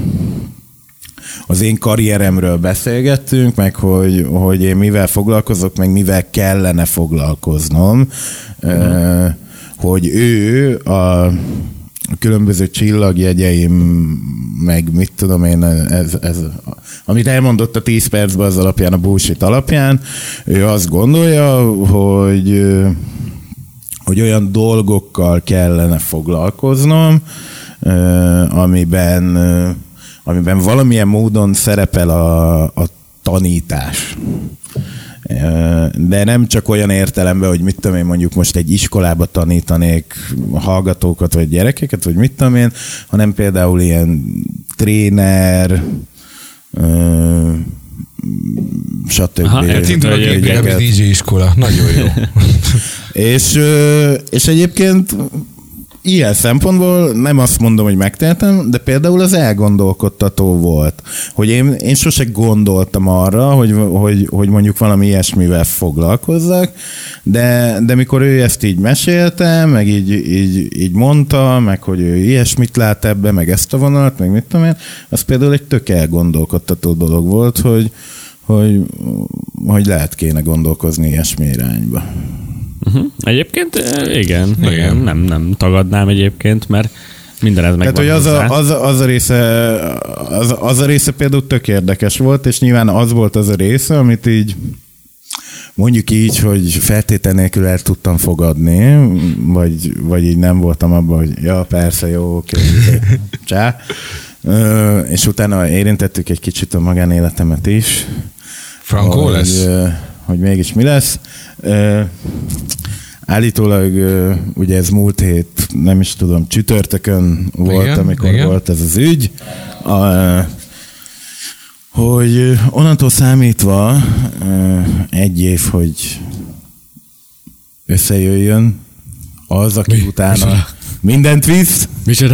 [SPEAKER 2] az én karrieremről beszélgettünk, meg hogy, hogy én mivel foglalkozok, meg mivel kellene foglalkoznom, uh, hogy ő a a különböző csillagjegyeim, meg mit tudom én, ez, ez, amit elmondott a tíz percben az alapján, a bullshit alapján, ő azt gondolja, hogy, hogy olyan dolgokkal kellene foglalkoznom, amiben, amiben valamilyen módon szerepel a, a tanítás. De nem csak olyan értelemben, hogy mit tudom én, mondjuk most egy iskolába tanítanék hallgatókat, vagy gyerekeket, vagy mit tudom én, hanem például ilyen tréner, ö, stb.
[SPEAKER 3] Aha,
[SPEAKER 1] eltindul a gépének dé dzsé iskola. Nagyon jó.
[SPEAKER 2] és, és egyébként ilyen szempontból nem azt mondom, hogy megtehetem, de például az elgondolkodtató volt. Hogy én, én sose gondoltam arra, hogy, hogy, hogy mondjuk valami ilyesmivel foglalkozzak, de, de mikor ő ezt így mesélte, meg így, így, így mondta, meg hogy ő ilyesmit lát ebbe, meg ezt a vonalat, meg mit tudom én, az például egy tök elgondolkodtató dolog volt, hogy, hogy, hogy lehet kéne gondolkozni ilyesmi irányba.
[SPEAKER 3] Uh-huh. Egyébként igen, igen, igen, nem, nem tagadnám egyébként, mert minden ez megvan.
[SPEAKER 2] Tehát, hogy az a, az, a, az, a része, az, az a része például tök érdekes volt, és nyilván az volt az a része, amit így mondjuk így, hogy feltétel nélkül el tudtam fogadni, vagy, vagy így nem voltam abban, hogy ja, persze, jó, oké, csá. És utána érintettük egy kicsit a magánéletemet is.
[SPEAKER 1] Frankó lesz?
[SPEAKER 2] Hogy mégis mi lesz. állítólag ugye ez múlt hét, nem is tudom, csütörtökön volt, igen, amikor igen. volt ez az ügy, a, hogy onnantól számítva egy év, hogy összejöjjön az, aki Mi? utána Micsoda? mindent visz.
[SPEAKER 3] Micsoda?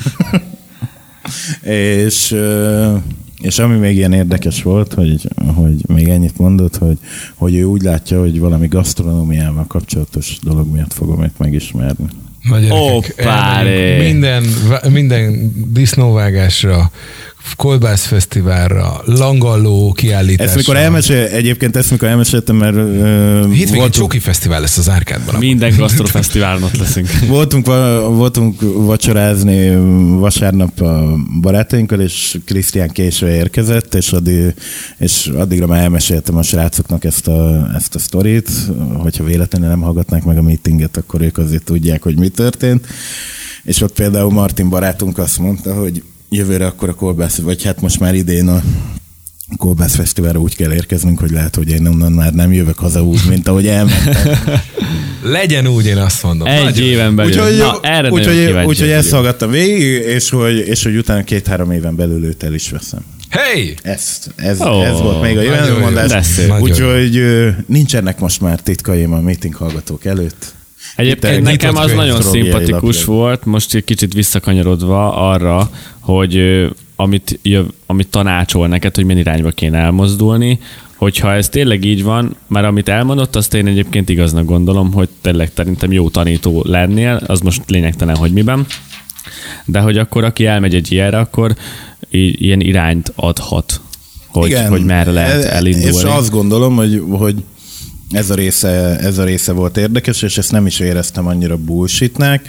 [SPEAKER 2] és, és ami még ilyen érdekes volt, hogy, hogy még ennyit mondott, hogy, hogy ő úgy látja, hogy valami gasztronómiával kapcsolatos dolog miatt fogom őt megismerni.
[SPEAKER 3] Hoppáré!
[SPEAKER 1] Minden, minden disznóvágásra, kolbászfesztiválra, langalló kiállításra.
[SPEAKER 2] Ezt mikor elmesél, egyébként ezt mikor elmeséltem, mert... Uh,
[SPEAKER 1] Hétvégén egy csoki fesztivál lesz az Árkádban.
[SPEAKER 3] Minden gasztrofesztiválon ott leszünk.
[SPEAKER 2] voltunk, voltunk vacsorázni vasárnap a barátainkkal, és Krisztián késve érkezett, és, addig, és addigra már elmeséltem a srácoknak ezt a, ezt a sztorit, hogyha véletlenül nem hallgatnák meg a meetinget, akkor ők azért tudják, hogy mi történt. És ott például Martin barátunk azt mondta, hogy jövőre akkor a kolbász, vagy hát most már idén a kolbász fesztiválra úgy kell érkeznünk, hogy lehet, hogy én onnan már nem jövök haza úgy, mint ahogy elmentem.
[SPEAKER 1] Legyen úgy, én azt mondom.
[SPEAKER 3] Egy
[SPEAKER 1] Nagyon.
[SPEAKER 3] éven belül.
[SPEAKER 2] Úgyhogy úgy, úgy, úgy, ezt hallgattam végig, és hogy, és hogy utána két-három éven belül őt el is veszem.
[SPEAKER 1] Hey!
[SPEAKER 2] Ezt, ez, oh, ez volt még a jövendőmondás. Úgyhogy nincsenek most már titkaim a meeting hallgatók előtt.
[SPEAKER 3] Egyébként nekem az nagyon szimpatikus volt, most egy kicsit visszakanyarodva arra, hogy amit, jöv, amit tanácsol neked, hogy milyen irányba kéne elmozdulni, hogyha ez tényleg így van, már amit elmondott, azt én egyébként igaznak gondolom, hogy tényleg szerintem jó tanító lennél, az most lényegtelen, hogy miben, de hogy akkor aki elmegy egy ilyenre, akkor i- ilyen irányt adhat, hogy, Igen, hogy merre lehet elindulni.
[SPEAKER 2] És azt gondolom, hogy, hogy Ez a, része, ez a része volt érdekes, és ezt nem is éreztem annyira bullshitnek.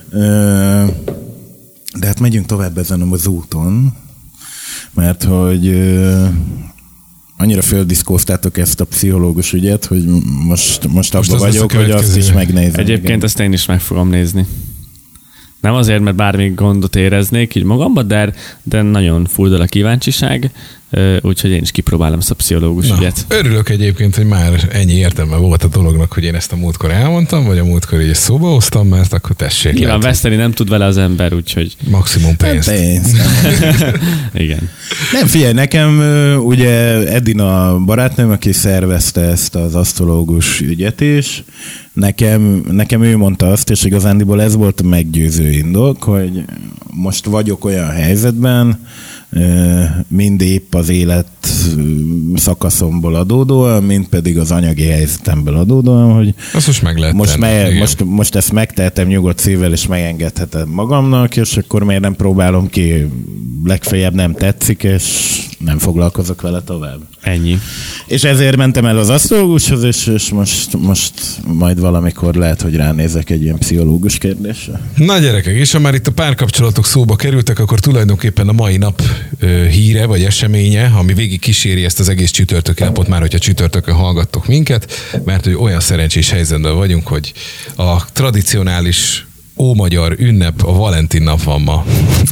[SPEAKER 2] De hát megyünk tovább ezen az úton, mert hogy annyira földiszkóztátok ezt a pszichológus ügyet, hogy most, most, most abban vagyok, hogy azt is megnézem.
[SPEAKER 3] Egyébként igen. Ezt én is meg fogom nézni. Nem azért, mert bármi gondot éreznék így magamba, de, de nagyon fuldal a kíváncsiság, úgyhogy én is kipróbálom ezt a pszichológus Na, ügyet.
[SPEAKER 1] Örülök egyébként, hogy már ennyi értelme volt a dolognak, hogy én ezt a múltkor elmondtam, vagy a múltkor így szóba hoztam, mert akkor tessék.
[SPEAKER 3] Nyilván lehet, veszteni nem tud vele az ember, úgyhogy...
[SPEAKER 1] Maximum pénzt.
[SPEAKER 2] pénzt.
[SPEAKER 3] Igen.
[SPEAKER 2] Nem, figyelj, nekem ugye Edina barátnőm, aki szervezte ezt az asztrológus ügyet is, nekem, nekem ő mondta azt, és igazándiból ez volt a meggyőző indok, hogy most vagyok olyan helyzetben, mind épp az élet szakaszomból adódóan, mind pedig az anyagi helyzetemből adódóan, hogy
[SPEAKER 1] azt most meg lehet
[SPEAKER 2] most, me, most, most ezt megtehetem nyugodt szívvel, és megengedhetem magamnak, és akkor miért nem próbálom ki, legfeljebb nem tetszik, és nem foglalkozok vele tovább.
[SPEAKER 3] Ennyi.
[SPEAKER 2] És ezért mentem el az asztrológushoz, és, és most, most majd valamikor lehet, hogy ránézek egy ilyen pszichológus kérdésre.
[SPEAKER 1] Na gyerekek, és ha már itt a párkapcsolatok szóba kerültek, akkor tulajdonképpen a mai nap ö, híre, vagy eseménye, ami végig kíséri ezt az egész csütörtöki napot, már hogyha csütörtökön hallgattok minket, mert hogy olyan szerencsés helyzetben vagyunk, hogy a tradicionális ómagyar ünnep, a Valentin nap van ma.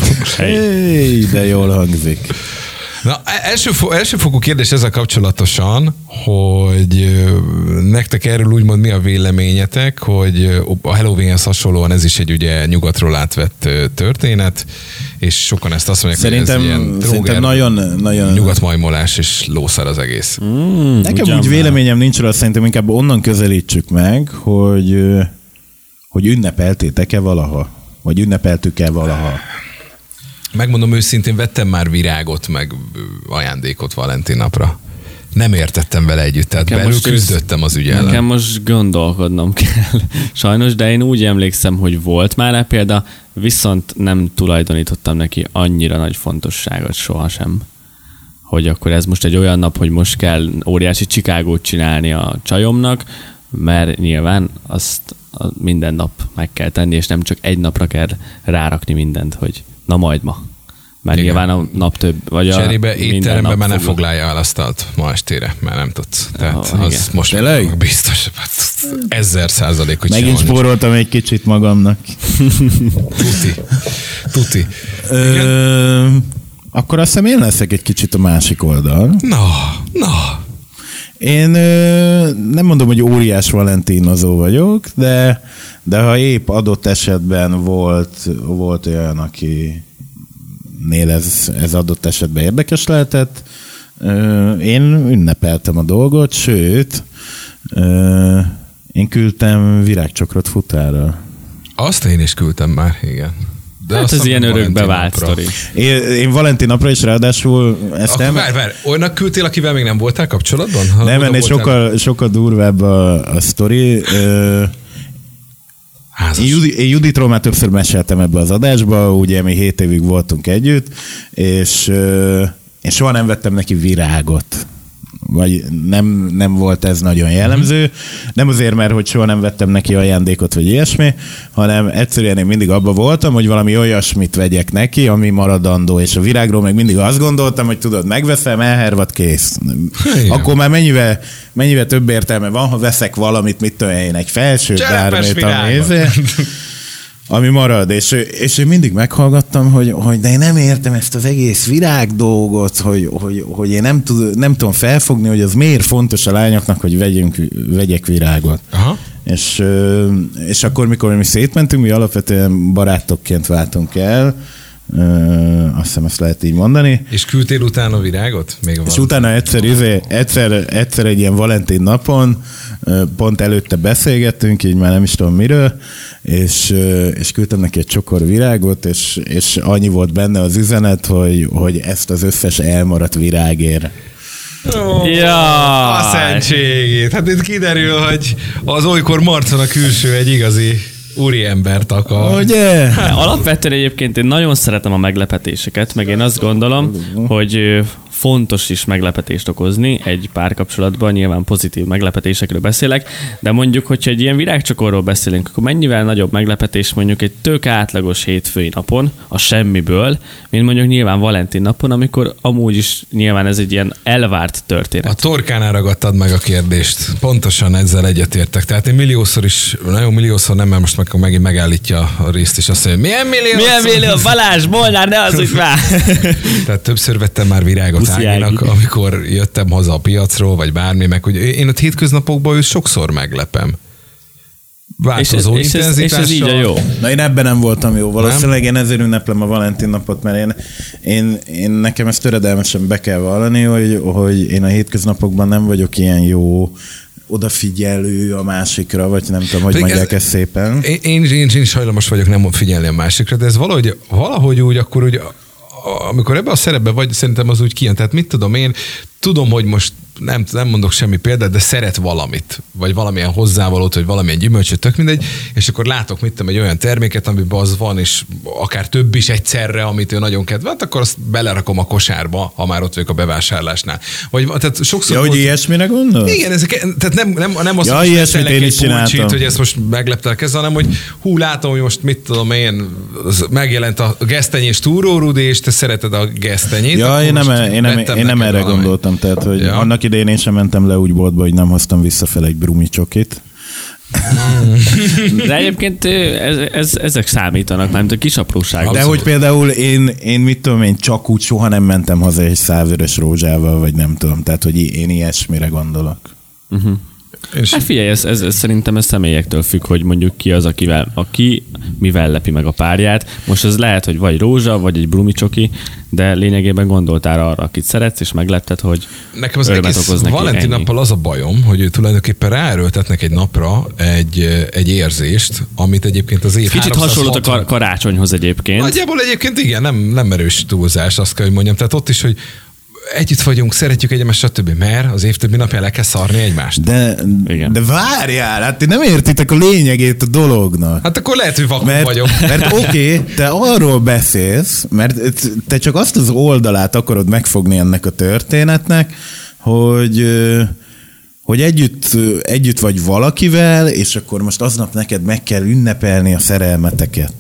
[SPEAKER 2] Hey, de jól hangzik.
[SPEAKER 1] Na, első, elsőfokú kérdés ezzel kapcsolatosan, hogy nektek erről úgymond mi a véleményetek, hogy a Halloweenhez hasonlóan ez is egy ugye nyugatról átvett történet, és sokan ezt azt mondják,
[SPEAKER 2] szerintem,
[SPEAKER 1] hogy ez ilyen
[SPEAKER 2] dróger, nagyon, nagyon...
[SPEAKER 1] nyugatmajmolás és lószar az egész.
[SPEAKER 2] Mm, Nekem úgy véleményem nincs rá, szerintem inkább onnan közelítsük meg, hogy, hogy ünnepeltétek-e valaha? Vagy ünnepeltük-e valaha?
[SPEAKER 1] Megmondom őszintén, vettem már virágot, meg ajándékot Valentin napra. Nem értettem vele együtt, tehát nekem belül küzdöttem az ügy ellen.
[SPEAKER 3] Nekem most gondolkodnom kell. Sajnos, de én úgy emlékszem, hogy volt már rá példa, viszont nem tulajdonítottam neki annyira nagy fontosságot sohasem. Hogy akkor ez most egy olyan nap, hogy most kell óriási Chicagót csinálni a csajomnak, mert nyilván azt minden nap meg kell tenni, és nem csak egy napra kell rárakni mindent, hogy na majd ma. Mert igen. Nyilván a nap több, vagy
[SPEAKER 1] cserébe
[SPEAKER 3] a
[SPEAKER 1] étteremben már ne foglalja el asztalt ma estére, mert nem tudsz. Tehát oh, az igen. Most
[SPEAKER 2] tényleg?
[SPEAKER 1] Biztos, ezer százalék, hogy
[SPEAKER 2] megint spóroltam egy kicsit magamnak.
[SPEAKER 1] Tuti. Tuti.
[SPEAKER 2] Ö, akkor azt hiszem én leszek egy kicsit a másik oldal.
[SPEAKER 1] Na, na.
[SPEAKER 2] Én ö, nem mondom, hogy óriás valentinozó vagyok, de, de ha épp adott esetben volt, volt olyan, akinél ez, ez adott esetben érdekes lehetett, ö, én ünnepeltem a dolgot, sőt, ö, én küldtem virágcsokrot futárral.
[SPEAKER 1] Azt én is küldtem már, igen.
[SPEAKER 3] De hát ez ilyen örökbe vált sztori.
[SPEAKER 2] Én, én Valentin napra is ráadásul ezt
[SPEAKER 1] Akkor
[SPEAKER 2] nem...
[SPEAKER 1] Várj, várj, olyanak küldtél, akivel még nem voltál kapcsolatban? Ha
[SPEAKER 2] nem, ennél sokkal, sokkal durvább a, a sztori. Ö, én, Judi, én Juditról már többször meséltem ebbe az adásba, ugye mi hét évig voltunk együtt, és ö, én soha nem vettem neki virágot. Vagy nem, nem volt ez nagyon jellemző. Nem azért, mert hogy soha nem vettem neki ajándékot, vagy ilyesmi, hanem egyszerűen én mindig abban voltam, hogy valami olyasmit vegyek neki, ami maradandó, és a virágról meg mindig azt gondoltam, hogy tudod, megveszem, elhervad, kész. Igen. Akkor már mennyivel, mennyivel több értelme van, ha veszek valamit, mit tudom én, egy felsőt, bármit, ami, ami marad, és, és én mindig meghallgattam, hogy, hogy de én nem értem ezt az egész virág dolgot, hogy, hogy, hogy én nem, tud, nem tudom felfogni, hogy az miért fontos a lányoknak, hogy vegyünk, vegyek virágot. Aha. És, és akkor, mikor mi szétmentünk, mi alapvetően barátokként váltunk el, azt hiszem, ezt lehet így mondani.
[SPEAKER 1] És küldtél utána virágot? Még
[SPEAKER 2] és utána egyszer, izé, egyszer, egyszer egy ilyen Valentin napon, pont előtte beszélgettünk, így már nem is tudom miről, és, és küldtem neki egy csokor virágot, és, és annyi volt benne az üzenet, hogy, hogy ezt az összes elmaradt virágért.
[SPEAKER 1] Oh, ja. A szentségét. Hát itt kiderül, hogy az olykor Marcon a külső egy igazi úriembert akar.
[SPEAKER 2] Ugye?
[SPEAKER 3] Alapvetően egyébként én nagyon szeretem a meglepetéseket, meg én azt gondolom, hogy fontos is meglepetést okozni egy párkapcsolatban, nyilván pozitív meglepetésekről beszélek, de mondjuk, hogyha egy ilyen virágcsokorról beszélünk, akkor mennyivel nagyobb meglepetés mondjuk egy tök átlagos hétfői napon, a semmiből, mint mondjuk nyilván Valentin napon, amikor amúgy is nyilván ez egy ilyen elvárt történet.
[SPEAKER 1] A torkánál ragadtad meg a kérdést. Pontosan ezzel egyetértek. Tehát én milliószor is, nagyon milliószor nem, mert most meg, megint megállítja a részt, és azt mondja, milyen milliószor?
[SPEAKER 3] Milyen millió? Balázs, Molnár, ne az, már!
[SPEAKER 1] Tehát többször vettem már virágot Áginak, amikor jöttem haza a piacról, vagy bármi, meg hogy én a hétköznapokban őt sokszor meglepem. Változó
[SPEAKER 3] és,
[SPEAKER 1] intenzitással.
[SPEAKER 3] És ez így a jó.
[SPEAKER 2] Na én ebben nem voltam jó. Valószínűleg én ezért ünneplem a Valentin napot, mert én, én, én nekem ezt töredelmesen be kell vallani, hogy, hogy én a hétköznapokban nem vagyok ilyen jó odafigyelő a másikra, vagy nem tudom, hogy Pedig mondják ez, ezt szépen.
[SPEAKER 1] Én, én, én, én is hajlamos vagyok nem figyelni a másikra, de ez valahogy, valahogy úgy, akkor úgy amikor ebben a szerepben vagy, szerintem az úgy kijön. Tehát mit tudom én, tudom, hogy most nem, nem mondok semmi példát, de szeret valamit, vagy valamilyen hozzávalót, vagy valamilyen gyümölcsöt, tök mindegy, és akkor látok, mit tudom, egy olyan terméket, amiben az van, és akár több is egyszerre, amit ő nagyon kedvelt, akkor azt belerakom a kosárba, ha már ott vagyok a bevásárlásnál. Vagy, tehát sokszor
[SPEAKER 2] ja,
[SPEAKER 1] volt,
[SPEAKER 2] hogy ilyesmire gondolsz?
[SPEAKER 1] Igen, ezek, tehát nem, nem, nem azt,
[SPEAKER 2] ja,
[SPEAKER 1] hogy
[SPEAKER 2] ilyesmit én is csináltam.
[SPEAKER 1] hogy ezt most megleptelek ezzel, hanem hogy hú, látom, hogy most mit tudom én, megjelent a gesztenyés túrórudi, és te szereted a gesztenyét.
[SPEAKER 2] Ja, én nem, én nem, én nem erre valami. gondoltam, tehát, hogy ja. annak idején én sem mentem le úgy boltba, hogy nem hoztam visszafele egy brumi csokit.
[SPEAKER 3] De egyébként ez, ez, ezek számítanak, nem a kis apróságok.
[SPEAKER 2] De hogy például én, én mit tudom, én csak úgy soha nem mentem haza egy százvörös rózsával, vagy nem tudom, tehát hogy én ilyesmire gondolok.
[SPEAKER 3] Uh-huh. És hát figyelj, ez, ez, ez szerintem ez személyektől függ, hogy mondjuk ki az, akivel, aki mivel lepi meg a párját. Most ez lehet, hogy vagy rózsa, vagy egy brumi csoki, de lényegében gondoltál arra, akit szeretsz, és meglepted, hogy
[SPEAKER 1] nekem az egész Valentin nappal az a bajom, hogy tulajdonképpen ráerőltetnek egy napra egy, egy érzést, amit egyébként az év
[SPEAKER 3] kicsit hasonlott a kar- karácsonyhoz egyébként.
[SPEAKER 1] Nagyjából egyébként igen, nem, nem erős túlzás, azt kell, hogy mondjam. Tehát ott is, hogy együtt vagyunk, szeretjük egymást, stb. Mert az év többi napján le kell szarni egymást.
[SPEAKER 2] De, de várjál, hát ti nem értitek a lényegét a dolognak.
[SPEAKER 1] Hát akkor lehet, hogy vakon
[SPEAKER 2] mert,
[SPEAKER 1] vagyok.
[SPEAKER 2] Mert oké, okay, te arról beszélsz, mert te csak azt az oldalát akarod megfogni ennek a történetnek, hogy, hogy együtt, együtt vagy valakivel, és akkor most aznap neked meg kell ünnepelni a szerelmeteket.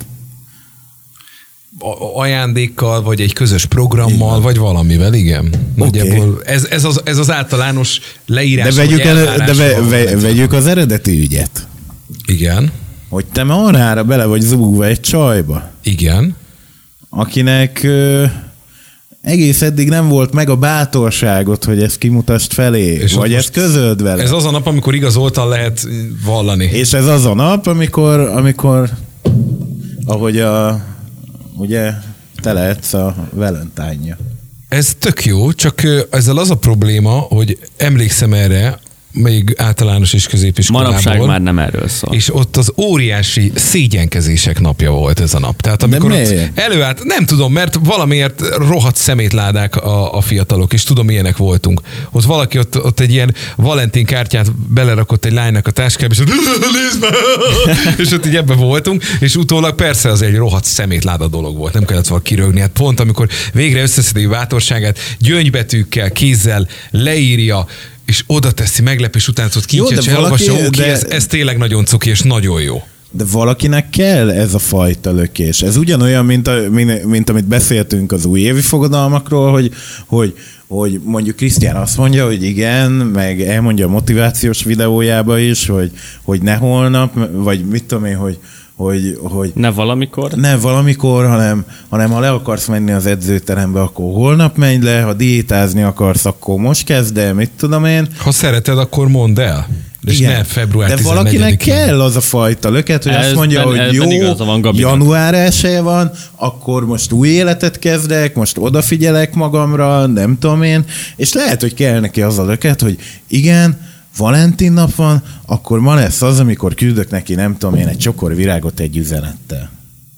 [SPEAKER 1] Ajándékkal, vagy egy közös programmal, igen. vagy valamivel, igen. Nagyjából okay. ez, ez, az, ez az általános leírás.
[SPEAKER 2] De vegyük, el, de ve, ve, vegyük az eredeti ügyet.
[SPEAKER 1] Igen.
[SPEAKER 2] Hogy te marhára bele vagy zúgva egy csajba.
[SPEAKER 1] Igen.
[SPEAKER 2] Akinek ö, egész eddig nem volt meg a bátorságot, hogy ezt kimutasd felé, és vagy ezt közöld vele.
[SPEAKER 1] Ez az a nap, amikor igazoltan lehet vallani.
[SPEAKER 2] És ez az a nap, amikor, amikor ahogy a, ugye, te lehetsz a Valentine-ja.
[SPEAKER 1] Ez tök jó, csak ezzel az a probléma, hogy emlékszem erre, még általános és középiskolából.
[SPEAKER 3] Manapság már nem erről szól.
[SPEAKER 1] És ott az óriási szégyenkezések napja volt ez a nap. Tehát amikor előállt, nem tudom, mert valamiért rohadt szemétládák a, a fiatalok, és tudom, milyenek voltunk. Ott valaki ott, ott egy ilyen Valentin kártyát belerakott egy lánynak a táskába, és ott, nézd meg! És ott így ebben voltunk, és utólag persze az egy rohadt szemétláda dolog volt, nem kellett volna kirögni. Hát pont amikor végre összeszedi bátorságát, gyöngybetűkkel, kézzel leírja, és oda teszi meglepés után, hogy kincset se elolvassa, oké, ez, ez tényleg nagyon cuki, és nagyon jó.
[SPEAKER 2] De valakinek kell ez a fajta lökés. Ez ugyanolyan, mint, a, mint, mint amit beszéltünk az újévi fogadalmakról, hogy, hogy, hogy mondjuk Krisztián azt mondja, hogy igen, meg elmondja a motivációs videójába is, hogy, hogy ne holnap, vagy mit tudom én, hogy Hogy, hogy
[SPEAKER 3] ne valamikor?
[SPEAKER 2] Ne valamikor, hanem, hanem ha le akarsz menni az edzőterembe, akkor holnap menj le, ha diétázni akarsz, akkor most kezd el, mit tudom én.
[SPEAKER 1] Ha szereted, akkor mondd el. És ne február
[SPEAKER 2] de valakinek kell az a fajta löket, hogy ez azt mondja, ben, hogy jó, van, január elseje van, akkor most új életet kezdek, most odafigyelek magamra, nem tudom én, és lehet, hogy kell neki az a löket, hogy igen, Valentin nap van, akkor ma lesz az, amikor küldök neki, nem tudom én, egy csokor virágot egy üzenettel.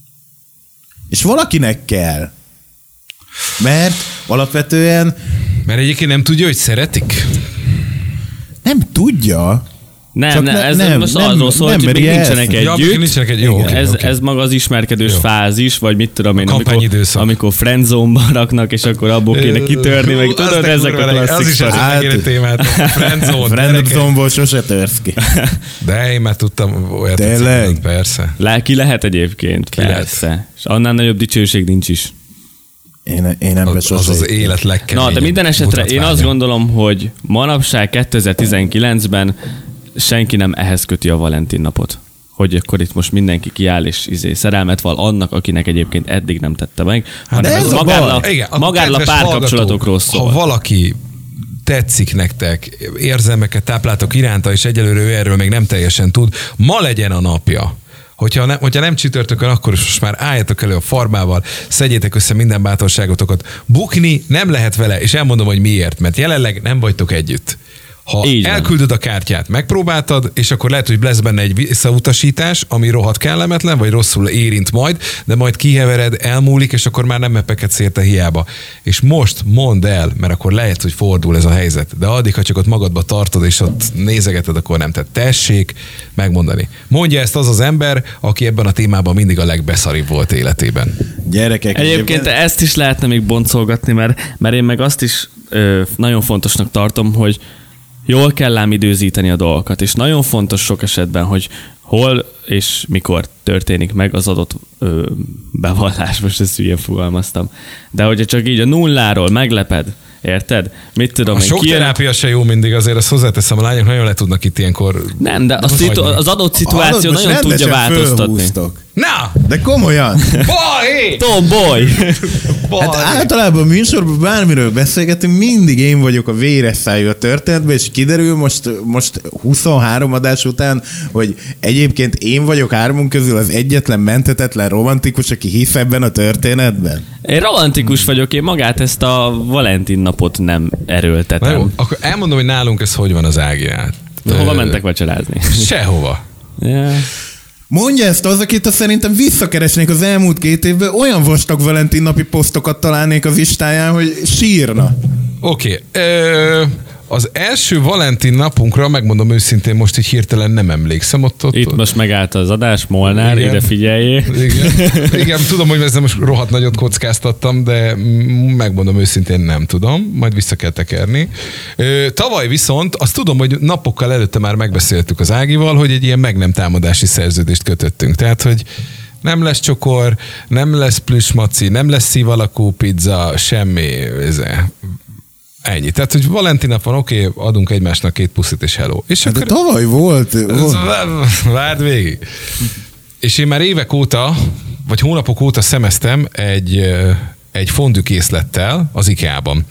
[SPEAKER 2] És valakinek kell. Mert alapvetően...
[SPEAKER 1] Mert egyébként nem tudja, hogy szeretik?
[SPEAKER 2] Nem tudja.
[SPEAKER 3] Nem, nem, ez nem, most nem, arról szól, hogy még nincsenek együtt. Ja,
[SPEAKER 1] nincsenek egy, jó, okay,
[SPEAKER 3] ez,
[SPEAKER 1] okay.
[SPEAKER 3] ez maga az ismerkedős jó. fázis, vagy mit tudom én, amikor, amikor friendzone-ba raknak, és akkor abból kéne kitörni, meg tudod, ezek a klasszik.
[SPEAKER 1] Az is hát, egy témát. Friendzone.
[SPEAKER 2] Friendzone-ból sose törsz ki.
[SPEAKER 1] De én már tudtam olyat.
[SPEAKER 2] Tényleg?
[SPEAKER 3] Persze. Le, ki lehet egyébként, ki persze. Lehet. És annál nagyobb dicsőség nincs is.
[SPEAKER 2] Én, én nem
[SPEAKER 1] az, az az élet legkeményebb.
[SPEAKER 3] Na, de minden esetre én azt gondolom, hogy manapság kétezer-tizenkilencben senki nem ehhez köti a Valentin napot. Hogy akkor itt most mindenki kiáll és izé, szerelmet val annak, akinek egyébként eddig nem tette meg, hát hanem ez magáról a párkapcsolatokról szól.
[SPEAKER 1] Ha valaki tetszik nektek, érzelmeket tápláltok iránta, és egyelőre ő erről még nem teljesen tud, ma legyen a napja. Hogyha nem, hogyha nem csütörtökön, akkor is most már álljatok elő a farmával, szedjétek össze minden bátorságotokat. Bukni nem lehet vele, és elmondom, hogy miért, mert jelenleg nem vagytok együtt. Ha így elküldöd van. A kártyát, megpróbáltad, és akkor lehet, hogy lesz benne egy visszautasítás, ami rohadt kellemetlen, vagy rosszul érint majd, de majd kihevered, elmúlik, és akkor már nem mepeket szérte hiába. És most mondd el, mert akkor lehet, hogy fordul ez a helyzet. De addig, ha csak ott magadba tartod, és ott nézegeted, akkor nem. Tehát tessék megmondani. Mondja ezt az az ember, aki ebben a témában mindig a legbeszaribb volt életében.
[SPEAKER 2] Gyerekek.
[SPEAKER 3] Egyébként egyébként ezt is lehetne még boncolgatni, mert, mert én meg azt is ö, nagyon fontosnak tartom, hogy jól kell ám időzíteni a dolgokat, és nagyon fontos sok esetben, hogy hol és mikor történik meg az adott ö, bevallás, most ezt hülyén fogalmaztam. De hogyha csak így a nulláról megleped, érted? Mit tudom
[SPEAKER 1] a
[SPEAKER 3] én,
[SPEAKER 1] sok
[SPEAKER 3] kijön...
[SPEAKER 1] terápia se jó mindig, azért azt hozzáteszem, a lányok nagyon le tudnak itt ilyenkor...
[SPEAKER 3] Nem, de, de az, szitu- az adott szituáció nagyon tudja változtatni.
[SPEAKER 1] Na!
[SPEAKER 2] De komolyan!
[SPEAKER 1] Boy!
[SPEAKER 3] Tomboy!
[SPEAKER 2] Hát általában a műsorban bármiről beszélgetünk, mindig én vagyok a véres szájú a történetben, és kiderül most, most huszonhárom adás után, hogy egyébként én vagyok hármunk közül az egyetlen menthetetlen romantikus, aki hisz ebben a történetben.
[SPEAKER 3] Én romantikus vagyok, én magát ezt a Valentin napot nem erőltetem.
[SPEAKER 1] Jó, akkor elmondom, hogy nálunk ez hogy van az Ágiát.
[SPEAKER 3] Hova mentek vacsorázni?
[SPEAKER 1] Sehova.
[SPEAKER 3] Yeah.
[SPEAKER 2] Mondja ezt az, akit a szerintem visszakeresnék az elmúlt két évben, olyan vastag Valentin napi posztokat találnék az Instáján, hogy sírna.
[SPEAKER 1] Oké. Okay. Az első Valentin napunkra, megmondom őszintén, most így hirtelen nem emlékszem. Ott, ott,
[SPEAKER 3] Itt
[SPEAKER 1] ott.
[SPEAKER 3] most megállt az adás, Molnár, igen. Ide figyeljél.
[SPEAKER 1] Igen. Igen, tudom, hogy ezzel most rohadt nagyot kockáztattam, de megmondom őszintén nem tudom, majd vissza kell tekerni. Tavaly viszont azt tudom, hogy napokkal előtte már megbeszéltük az Ágival, hogy egy ilyen meg nem támadási szerződést kötöttünk. Tehát, hogy nem lesz csokor, nem lesz plüsmaci, nem lesz szív alakú pizza, semmi. Ennyi. Tehát, hogy Valentin nap van, oké, okay, adunk egymásnak két puszit és hello. És
[SPEAKER 2] hát akkor... De tavaly volt. volt.
[SPEAKER 1] Várd végig. És én már évek óta, vagy hónapok óta szemeztem egy, egy fondűkészlettel az IKEA-ban.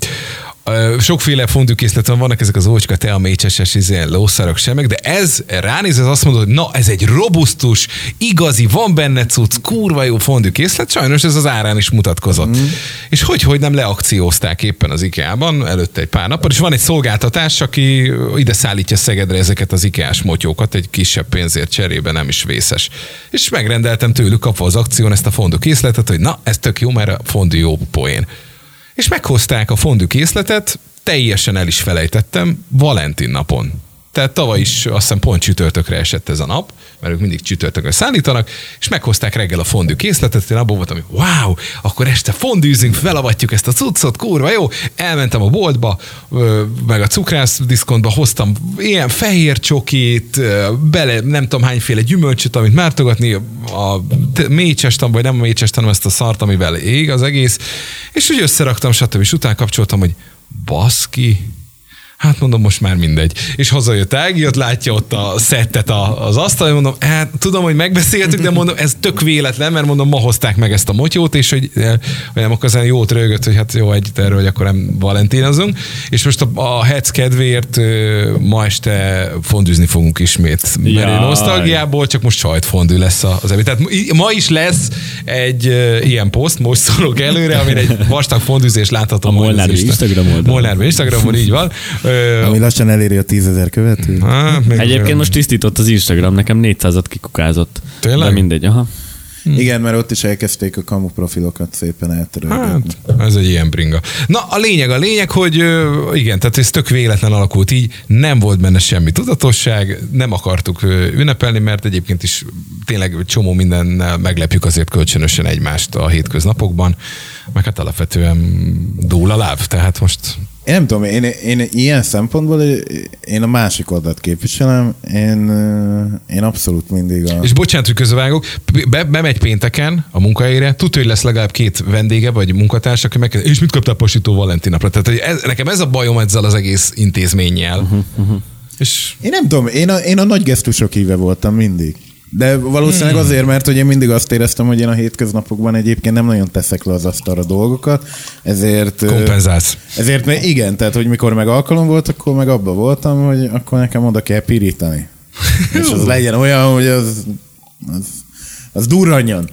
[SPEAKER 1] Sokféle fondűkészlet van, vannak ezek az ócska, tea, mécseses, izé, lószarok, semmek, de ez ránéz, ez azt mondod, hogy na, ez egy robusztus, igazi, van benne cucc, kurva jó fondűkészlet, sajnos ez az árán is mutatkozott. Mm. És hogy, hogy nem leakciózták éppen az IKEA-ban, előtte egy pár nappal, és van egy szolgáltatás, aki ide szállítja Szegedre ezeket az IKEA-s motyókat, egy kisebb pénzért cserébe, nem is vészes. És megrendeltem tőlük kapva az akción ezt a fondűkészletet, hogy na, ez tök jó, mert a fondű jó poén. És meghozták a fondűkészletet, teljesen el is felejtettem, Valentin napon. Tehát tavaly is azt hiszem pont csütörtökre esett ez a nap, mert ők mindig csütörtökre szállítanak, és meghozták reggel a fondűkészletet, én abban voltam, hogy wow, akkor este fondűzünk, felavatjuk ezt a cuccot, kurva jó. Elmentem a boltba, meg a cukrász diszkontba, hoztam ilyen fehér csokit, bele nem tudom hányféle gyümölcsöt, amit mártogatni, a mécsestan, vagy nem a mécsestan, hanem ezt a szart, amivel ég az egész, és úgy összeraktam, stb. És utána kapcsoltam, hogy baszki, hát mondom, most már mindegy. És hazajött Ági, ott látja ott a szettet az asztalon, mondom, hát tudom, hogy megbeszéltük, de mondom, ez tök véletlen, mert mondom, ma hozták meg ezt a motyót, és hogy, hogy nem akkor aztán jót rögött, hogy hát jó, egy erről, hogy akkor nem valentinozunk. És most a, a hec kedvéért ma este fondűzni fogunk ismét. Mert nosztalgiából csak most sajtfondű lesz az ebéd. Tehát ma is lesz egy ilyen poszt, most szólok előre, amire egy vastag fondűzés látható.
[SPEAKER 3] A Molnár Instagram oldalon.
[SPEAKER 1] Molnár Instagramon, így van.
[SPEAKER 2] Ami lassan eléri a tízezer követő.
[SPEAKER 1] Hát,
[SPEAKER 3] egyébként most tisztított az Instagram, nekem négyszázat kikukázott.
[SPEAKER 1] Tényleg?
[SPEAKER 3] De mindegy, aha.
[SPEAKER 2] Hm. Igen, mert ott is elkezdték a kamu profilokat szépen eltörölgetni.
[SPEAKER 1] Hát, ez egy ilyen bringa. Na, a lényeg a lényeg, hogy igen, tehát ez tök véletlen alakult így, nem volt benne semmi tudatosság, nem akartuk ünnepelni, mert egyébként is tényleg csomó mindennel meglepjük azért kölcsönösen egymást a hétköznapokban, meg hát alapvetően dúl a láb, tehát most...
[SPEAKER 2] Én nem tudom, én, én ilyen szempontból én a másik oldalt képviselem, én, én abszolút mindig a...
[SPEAKER 1] És bocsánat, hogy közbevágok, be, bemegy pénteken a munkahelyre, tudja, hogy lesz legalább két vendége, vagy munkatárs, aki megkérdezi, és mit kaptál Pasitó Valentin napra? Tehát ez, nekem ez a bajom ezzel az egész intézménnyel. Uh-huh, uh-huh. És...
[SPEAKER 2] Én nem tudom, én a, én a nagy gesztusok híve voltam mindig. De valószínűleg hmm. azért, mert hogy én mindig azt éreztem, hogy én a hétköznapokban egyébként nem nagyon teszek le az asztalra dolgokat, ezért...
[SPEAKER 1] Kompenzálsz.
[SPEAKER 2] Ezért igen, tehát hogy mikor meg alkalom volt, akkor meg abba voltam, hogy akkor nekem oda kell pirítani. És az legyen olyan, hogy az, az, az durranjon.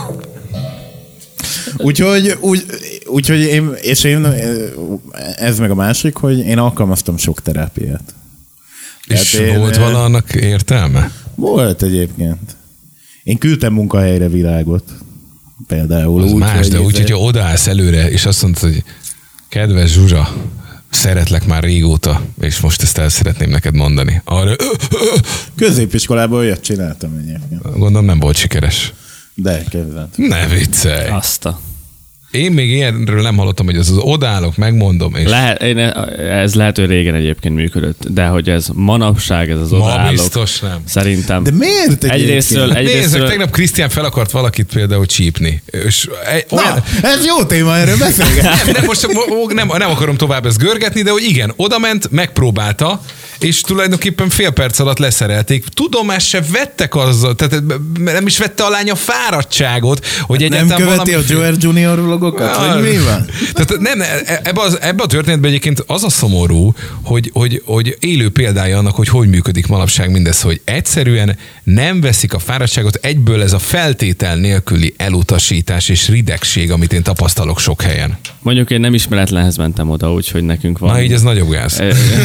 [SPEAKER 2] Úgyhogy, úgy, úgyhogy én, és én, ez meg a másik, hogy én alkalmaztam sok terápiát.
[SPEAKER 1] És én, volt vala annak értelme?
[SPEAKER 2] Volt egyébként. Én küldtem munkahelyre világot. Például
[SPEAKER 1] az
[SPEAKER 2] úgy,
[SPEAKER 1] más, de úgy, hogyha odaállsz előre, és azt mondod, hogy kedves Zsuzsa, szeretlek már régóta, és most ezt el szeretném neked mondani. Arra...
[SPEAKER 2] Középiskolában olyat csináltam egyébként.
[SPEAKER 1] Gondolom nem volt sikeres.
[SPEAKER 2] De, képzeld.
[SPEAKER 1] Ne viccelj.
[SPEAKER 3] Azt a...
[SPEAKER 1] Én még ilyenről nem hallottam, hogy az, az odállok, megmondom. És...
[SPEAKER 3] Lehet, én, ez lehet, hogy régen egyébként működött, de hogy ez manapság, ez az odállok.
[SPEAKER 1] Ma biztos nem.
[SPEAKER 3] Szerintem.
[SPEAKER 2] De miért
[SPEAKER 3] egyrésztről, egyrésztről...
[SPEAKER 1] Nézzük, tegnap Krisztián fel akart valakit például csípni. És
[SPEAKER 2] olyan... Na, ez jó téma, erről beszélgetni.
[SPEAKER 1] nem, nem, most nem, nem akarom tovább ezt görgetni, de hogy igen, odament, megpróbálta, és tulajdonképpen fél perc alatt leszerelték. Tudomást se vettek azzal, tehát nem is vette a lány a fáradtságot, hogy egyáltalán
[SPEAKER 2] nem követi valami... a Joel Junior vlogokat, vagy mi van?
[SPEAKER 1] Tehát nem, ebbe, az, ebbe a történetben egyébként az a szomorú, hogy, hogy, hogy élő példája annak, hogy hogy működik manapság mindez, hogy egyszerűen nem veszik a fáradtságot, egyből ez a feltétel nélküli elutasítás és ridegség, amit én tapasztalok sok helyen.
[SPEAKER 3] Mondjuk én nem ismeretlenhez mentem oda, úgyhogy nekünk van.
[SPEAKER 1] Na így ez nagyobb gáz.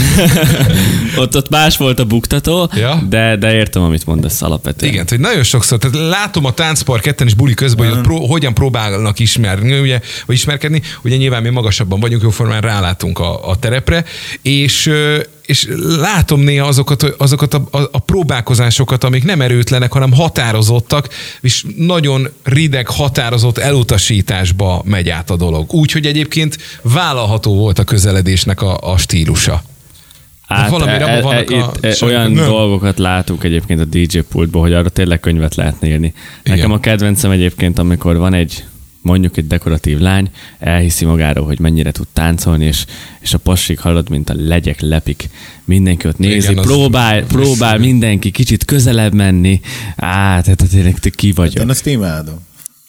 [SPEAKER 3] ott, ott más volt a buktató, ja? de, de értem, amit mondasz alapvetően.
[SPEAKER 1] Igen, hogy nagyon sokszor, tehát látom a táncparketten és buli közben, hogy ott pró, hogyan próbálnak ismerni, ugye, vagy ismerkedni, ugye nyilván mi magasabban vagyunk, jóformán rálátunk a, a terepre, és és látom néha azokat, azokat a, a, a próbálkozásokat, amik nem erőtlenek, hanem határozottak, és nagyon rideg, határozott elutasításba megy át a dolog. Úgyhogy egyébként vállalható volt a közeledésnek a, a stílusa.
[SPEAKER 3] Hát, valami e, e, vannak e, a... Itt olyan nem. dolgokat látunk egyébként a dé dzsé pultból, hogy arra tényleg könyvet lehetne írni. Igen. Nekem a kedvencem egyébként, amikor van egy mondjuk egy dekoratív lány, elhiszi magáról, hogy mennyire tud táncolni, és, és a passik hallod, mint a legyek lepik. Mindenki ott nézi, igen, próbál, próbál mindenki kicsit közelebb menni. Á, tehát tényleg te ki vagyok.
[SPEAKER 2] Hát én azt imádom.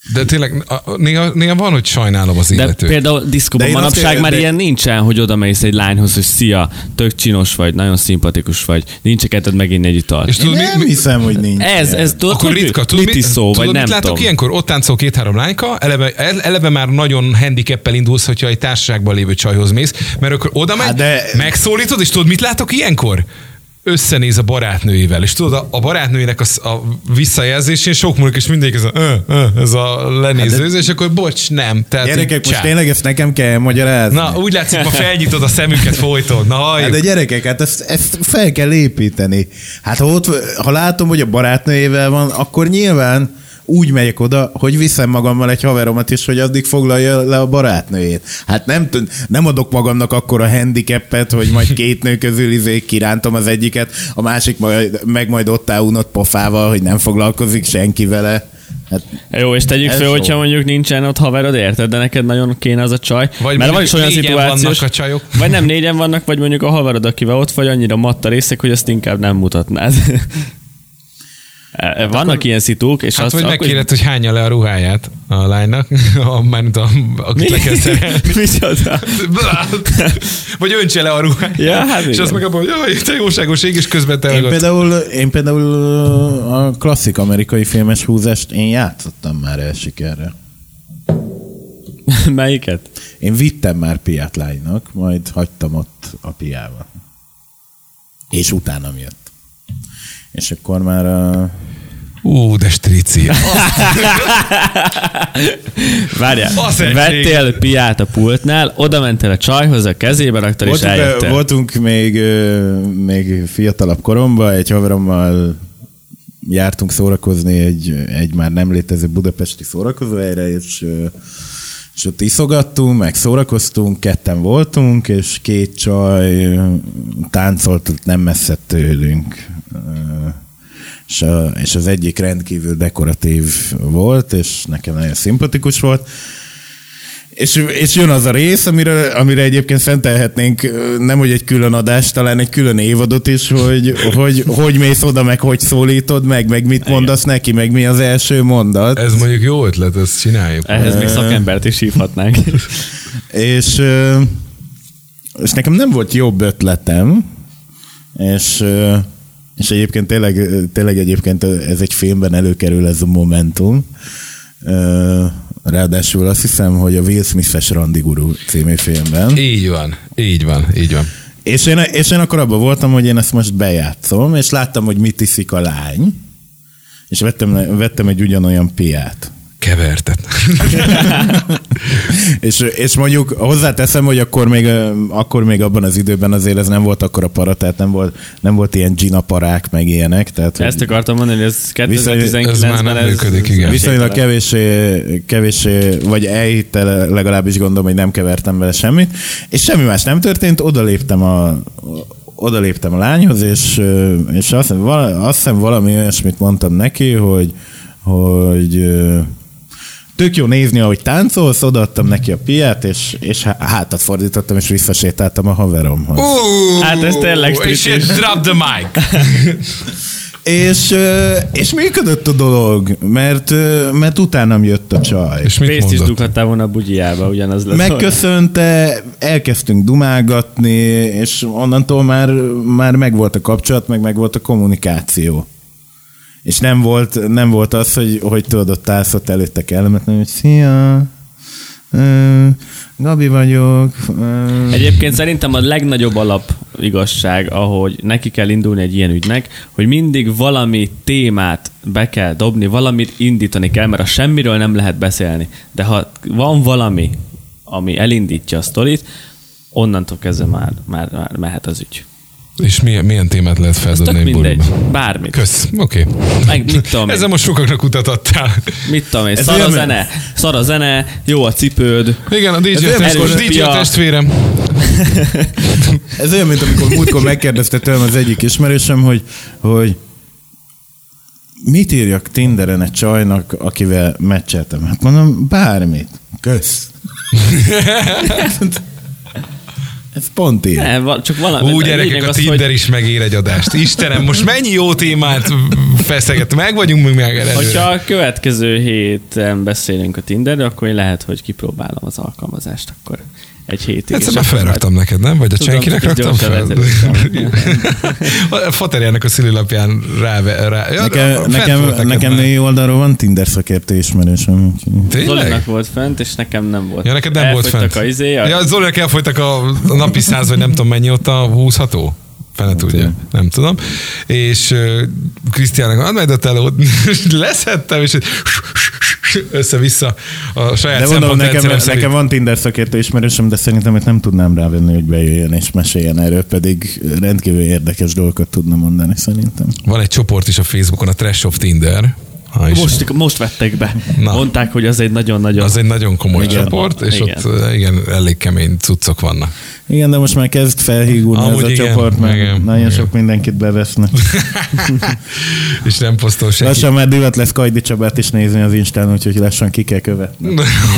[SPEAKER 1] De tényleg a- néha, néha van, hogy sajnálom az
[SPEAKER 3] De
[SPEAKER 1] illetőt.
[SPEAKER 3] például diszkóban
[SPEAKER 2] De én
[SPEAKER 3] manapság
[SPEAKER 2] azt-
[SPEAKER 3] már
[SPEAKER 2] de-
[SPEAKER 3] ilyen nincsen, hogy oda mész egy lányhoz, hogy szia, tök csinos vagy, nagyon szimpatikus vagy, nincs kedved meginni egy italt.
[SPEAKER 1] És
[SPEAKER 2] Én
[SPEAKER 1] tudod,
[SPEAKER 2] nem
[SPEAKER 1] mi, mi,
[SPEAKER 2] hiszem, hogy nincs.
[SPEAKER 3] Ez, ez tudod,
[SPEAKER 1] akkor
[SPEAKER 3] hogy
[SPEAKER 1] ritka, tudod,
[SPEAKER 3] mit is szó,
[SPEAKER 1] tudod,
[SPEAKER 3] vagy
[SPEAKER 1] mit
[SPEAKER 3] nem
[SPEAKER 1] látok
[SPEAKER 3] tudom.
[SPEAKER 1] ilyenkor? Ott táncol két-három lányka, eleve, eleve már nagyon handicappel indulsz, hogyha egy társaságban lévő csajhoz mész, mert akkor oda megy,
[SPEAKER 2] Hát de-
[SPEAKER 1] megszólítod, és tudod, mit látok ilyenkor? Összenéz a barátnőjével, és tudod, a, a barátnőjének a, a visszajelzésén sok múlik, és mindig ez a, ö, ö, ez a lenézőzés, és akkor bocs, nem. Tehát
[SPEAKER 2] Gyerekek,
[SPEAKER 1] így,
[SPEAKER 2] most tényleg ezt nekem kell magyarázni.
[SPEAKER 1] Na, úgy látszik, ma felnyitod a szemüket folyton. Na, halljuk.
[SPEAKER 2] Hát de gyerekek, hát ezt, ezt fel kell építeni. Hát ha, ott, ha látom, hogy a barátnőjével van, akkor nyilván úgy megyek oda, hogy viszem magammal egy haveromat is, hogy addig foglalja le a barátnőjét. Hát nem, tud- nem adok magamnak akkor a handicapet, hogy majd két nő közül izé kirántom az egyiket, a másik majd, meg majd ott áll unott pofával, hogy nem foglalkozik senki vele. Hát,
[SPEAKER 3] Jó, és tegyük
[SPEAKER 2] Ez
[SPEAKER 3] fel,
[SPEAKER 2] jó.
[SPEAKER 3] hogyha mondjuk nincsen ott haverod, érted, de neked nagyon kéne az a csaj.
[SPEAKER 1] Vagy
[SPEAKER 3] Mert van
[SPEAKER 1] mondjuk
[SPEAKER 3] is olyan
[SPEAKER 1] négyen
[SPEAKER 3] szituációs,
[SPEAKER 1] vannak a csajok.
[SPEAKER 3] vagy nem négyen vannak, vagy mondjuk a haverod, akivel ott vagy, annyira matta részek, hogy azt inkább nem mutatnád. Vannak akkor, ilyen szituk, és
[SPEAKER 1] Hát,
[SPEAKER 3] azt
[SPEAKER 1] vagy
[SPEAKER 3] akkor...
[SPEAKER 1] megkérded, hogy hányja le a ruháját a lánynak, a, mármint a, akit le kell szerelni.
[SPEAKER 3] Micsoda?
[SPEAKER 1] Vagy öntse le a ruháját.
[SPEAKER 3] Ja, hát
[SPEAKER 1] és
[SPEAKER 3] igen.
[SPEAKER 1] azt megkapom, hogy jaj, te jóságos ég, és közben te
[SPEAKER 2] én,
[SPEAKER 1] meg ott.
[SPEAKER 2] például, én például a klasszik amerikai filmes húzást én játszottam már el sikerre.
[SPEAKER 3] Melyiket?
[SPEAKER 2] Én vittem már piát lánynak, majd hagytam ott a piával. És utána jött. És akkor már a...
[SPEAKER 1] Ú, de strici.
[SPEAKER 3] Várjál,
[SPEAKER 1] Az egy
[SPEAKER 3] vettél piát a pultnál, oda mentél a csajhoz, a kezébe raktad, és
[SPEAKER 2] Voltunk,
[SPEAKER 3] eljöttél.
[SPEAKER 2] voltunk még, ö, még fiatalabb koromban, egy haverommal jártunk szórakozni egy, egy már nem létező budapesti szórakozóhelyre, és, ö, és ott iszogattunk, meg szórakoztunk, ketten voltunk, és két csaj ö, táncolt ott nem messze tőlünk. Ö, És, a, és az egyik rendkívül dekoratív volt, és nekem nagyon szimpatikus volt. És, és jön az a rész, amire, amire egyébként szentelhetnénk nem hogy egy külön adást, talán egy külön évadot is, hogy hogy, hogy mész oda, meg hogy szólítod meg, meg mit mondasz neki, meg mi az első mondat.
[SPEAKER 1] Ez mondjuk jó ötlet, ezt csináljuk.
[SPEAKER 3] Ehhez még szakembert is hívhatnánk.
[SPEAKER 2] És, ö, és nekem nem volt jobb ötletem, és, ö, és egyébként tényleg, tényleg egyébként ez egy filmben előkerül ez a momentum. Ö, Ráadásul azt hiszem, hogy a Will Smith-es Randiguru című filmben.
[SPEAKER 1] Így van, így van, így van.
[SPEAKER 2] És én, és én akkor abban voltam, hogy én ezt most bejátszom, és láttam, hogy mit iszik a lány, és vettem, vettem egy ugyanolyan piát.
[SPEAKER 1] Kevertet.
[SPEAKER 2] és, és mondjuk hozzáteszem, hogy akkor még, akkor még abban az időben azért ez nem volt akkora para, tehát nem volt, nem volt ilyen ginaparák, meg ilyenek. Tehát,
[SPEAKER 3] Ezt akartam mondani, hogy ez kétezer-tizenkilencben
[SPEAKER 1] Ez már nem
[SPEAKER 3] ez,
[SPEAKER 1] működik, igen.
[SPEAKER 2] viszonylag kevéssé, kevéssé, vagy elhitte legalábbis gondolom, hogy nem kevertem vele semmit, és semmi más nem történt, odaléptem a odaléptem a lányhoz, és, és azt, azt hiszem valami olyasmit mondtam neki, hogy, hogy tök jó nézni, ahogy táncolsz, odaadtam neki a piát, és, és hátat fordítottam, és visszasétáltam a haveromhoz.
[SPEAKER 1] Uh,
[SPEAKER 3] Hát ez tényleg
[SPEAKER 1] és
[SPEAKER 3] stritis.
[SPEAKER 1] drop the mic.
[SPEAKER 2] És, és működött a dolog, mert, mert utánam jött a csaj.
[SPEAKER 1] És mit
[SPEAKER 3] Pénzt is
[SPEAKER 1] mondott?
[SPEAKER 3] dughattál volna a bugyjába, ugyanaz lesz.
[SPEAKER 2] Megköszönte, elkezdtünk dumálgatni, és onnantól már, már megvolt a kapcsolat, meg megvolt a kommunikáció. És nem volt, nem volt az, hogy, hogy tudod, ott állsz ott előtte kellemetlen, hogy szia, ö, Gabi vagyok. Ö.
[SPEAKER 3] Egyébként szerintem a legnagyobb alap igazság, ahogy neki kell indulni egy ilyen ügynek, hogy mindig valami témát be kell dobni, valamit indítani kell, mert a semmiről nem lehet beszélni. De ha van valami, ami elindítja a sztorit, onnantól kezdve már, már, már mehet az ügy.
[SPEAKER 1] És milyen, milyen témát lehet
[SPEAKER 3] Ez
[SPEAKER 1] feldobni
[SPEAKER 3] tök
[SPEAKER 1] egy
[SPEAKER 3] mindegy.
[SPEAKER 1] buliba?
[SPEAKER 3] Bármit.
[SPEAKER 1] Kösz, oké. Okay.
[SPEAKER 3] Meg mit tudom én.
[SPEAKER 1] Ezzel most sokaknak utatattál.
[SPEAKER 3] Mit tudom én,
[SPEAKER 2] Ez
[SPEAKER 3] szar a
[SPEAKER 2] olyan,
[SPEAKER 3] zene, szar a zene, jó a cipőd.
[SPEAKER 1] Igen, a dé jé
[SPEAKER 2] olyan,
[SPEAKER 1] testvérem,
[SPEAKER 3] amikor
[SPEAKER 1] dé jé
[SPEAKER 3] fia-
[SPEAKER 1] testvérem.
[SPEAKER 2] Ez olyan, mint amikor múltkor megkérdezte tőlem az egyik ismerősöm, hogy, hogy mit írjak Tinderen egy csajnak, akivel meccseltem. Hát mondom, bármit. Kösz. Ez pont ilyen.
[SPEAKER 3] Nem, csak valami.
[SPEAKER 1] Úgy gyerekek, a, a Tinder hogy... is megér egy adást. Istenem, most mennyi jó témát feszeget, meg vagyunk még meg előre.
[SPEAKER 3] Hogyha a következő héten beszélünk a Tinderről, akkor én lehet, hogy kipróbálom az alkalmazást, akkor egy hétig.
[SPEAKER 1] Egyszer már felraktam majd... neked, nem? Vagy a Csenkinek raktam fel? A Faterjának a szülőlapján rá... rá... Ja,
[SPEAKER 2] nekem nekem, nekem négy oldalról van Tinder szakértő ismerősöm.
[SPEAKER 3] Zolinak volt fent, és nekem nem volt.
[SPEAKER 1] Ja, neked nem volt fent.
[SPEAKER 3] A izé, a...
[SPEAKER 1] Ja, Zolinak elfogytak a napi száz, vagy nem tudom mennyi ott a húzható. Fene tudja, nem tudom. És Krisztiának uh, majd a telót leszettem, és össze-vissza a saját
[SPEAKER 2] de mondom, nekem, nekem van Tinder szakértő ismerősöm, de szerintem hogy nem tudnám rávenni, hogy bejöjjön és meséljen erről, pedig rendkívül érdekes dolgokat tudna mondani szerintem.
[SPEAKER 1] Van egy csoport is a Facebookon, a Trash of Tinder.
[SPEAKER 3] Most, most vettek be. Na. Mondták, hogy az egy nagyon-nagyon...
[SPEAKER 1] Az egy nagyon komoly igen. csoport, és
[SPEAKER 3] igen.
[SPEAKER 1] ott igen, elég kemény cuccok vannak.
[SPEAKER 2] Igen, de most már kezd felhígulni ez a igen, csoport, mert igen, nagyon igen. sok mindenkit bevesznek.
[SPEAKER 1] És nem posztol senki.
[SPEAKER 2] Lassan már divat lesz Kajdi Csabát is nézni az Instán, úgyhogy lassan ki kell követni.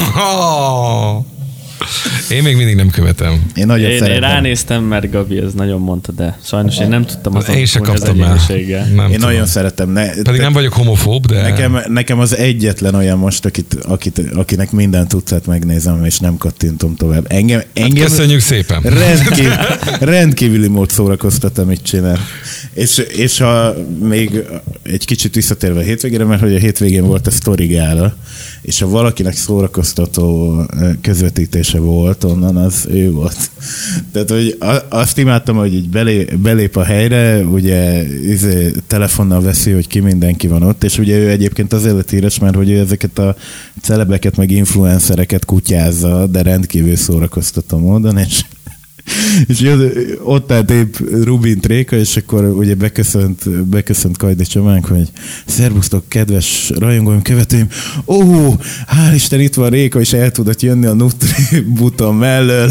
[SPEAKER 1] Én még mindig nem követem.
[SPEAKER 2] Én nagyon
[SPEAKER 3] én,
[SPEAKER 2] szeretem.
[SPEAKER 3] Én ránéztem, mert Gabi ez nagyon mondta, de sajnos én nem tudtam az
[SPEAKER 1] én sem kaptam el.
[SPEAKER 2] Én tudom. Nagyon szeretem. Ne,
[SPEAKER 1] Pedig te, nem vagyok homofób, de...
[SPEAKER 2] Nekem, nekem az egyetlen olyan most, akit, akit, akinek minden tudszát megnézem, és nem kattintom tovább. Engem, engem
[SPEAKER 1] hát köszönjük szépen.
[SPEAKER 2] Rendkívül, rendkívüli mód szórakoztat, amit csinál. És, és ha még egy kicsit visszatérve a hétvégére, mert hogy a hétvégén volt a Story Gála, és ha valakinek szórakoztató közvetítése volt, onnan az ő volt. Tehát, hogy azt imádtam, hogy így belép, belép a helyre, ugye izé, telefonnal veszi, hogy ki mindenki van ott, és ugye ő egyébként azért lett híres, mert hogy ő ezeket a celebeket, meg influencereket kutyázza, de rendkívül szórakoztató módon, és és ott állt épp Rubin Tréka, és akkor ugye beköszönt, beköszönt Kajdi Csabánk, hogy szervusztok, kedves rajongóim, követőim, ó, hál' Isten, itt van Réka, és el tudott jönni a Nutri buton mellől.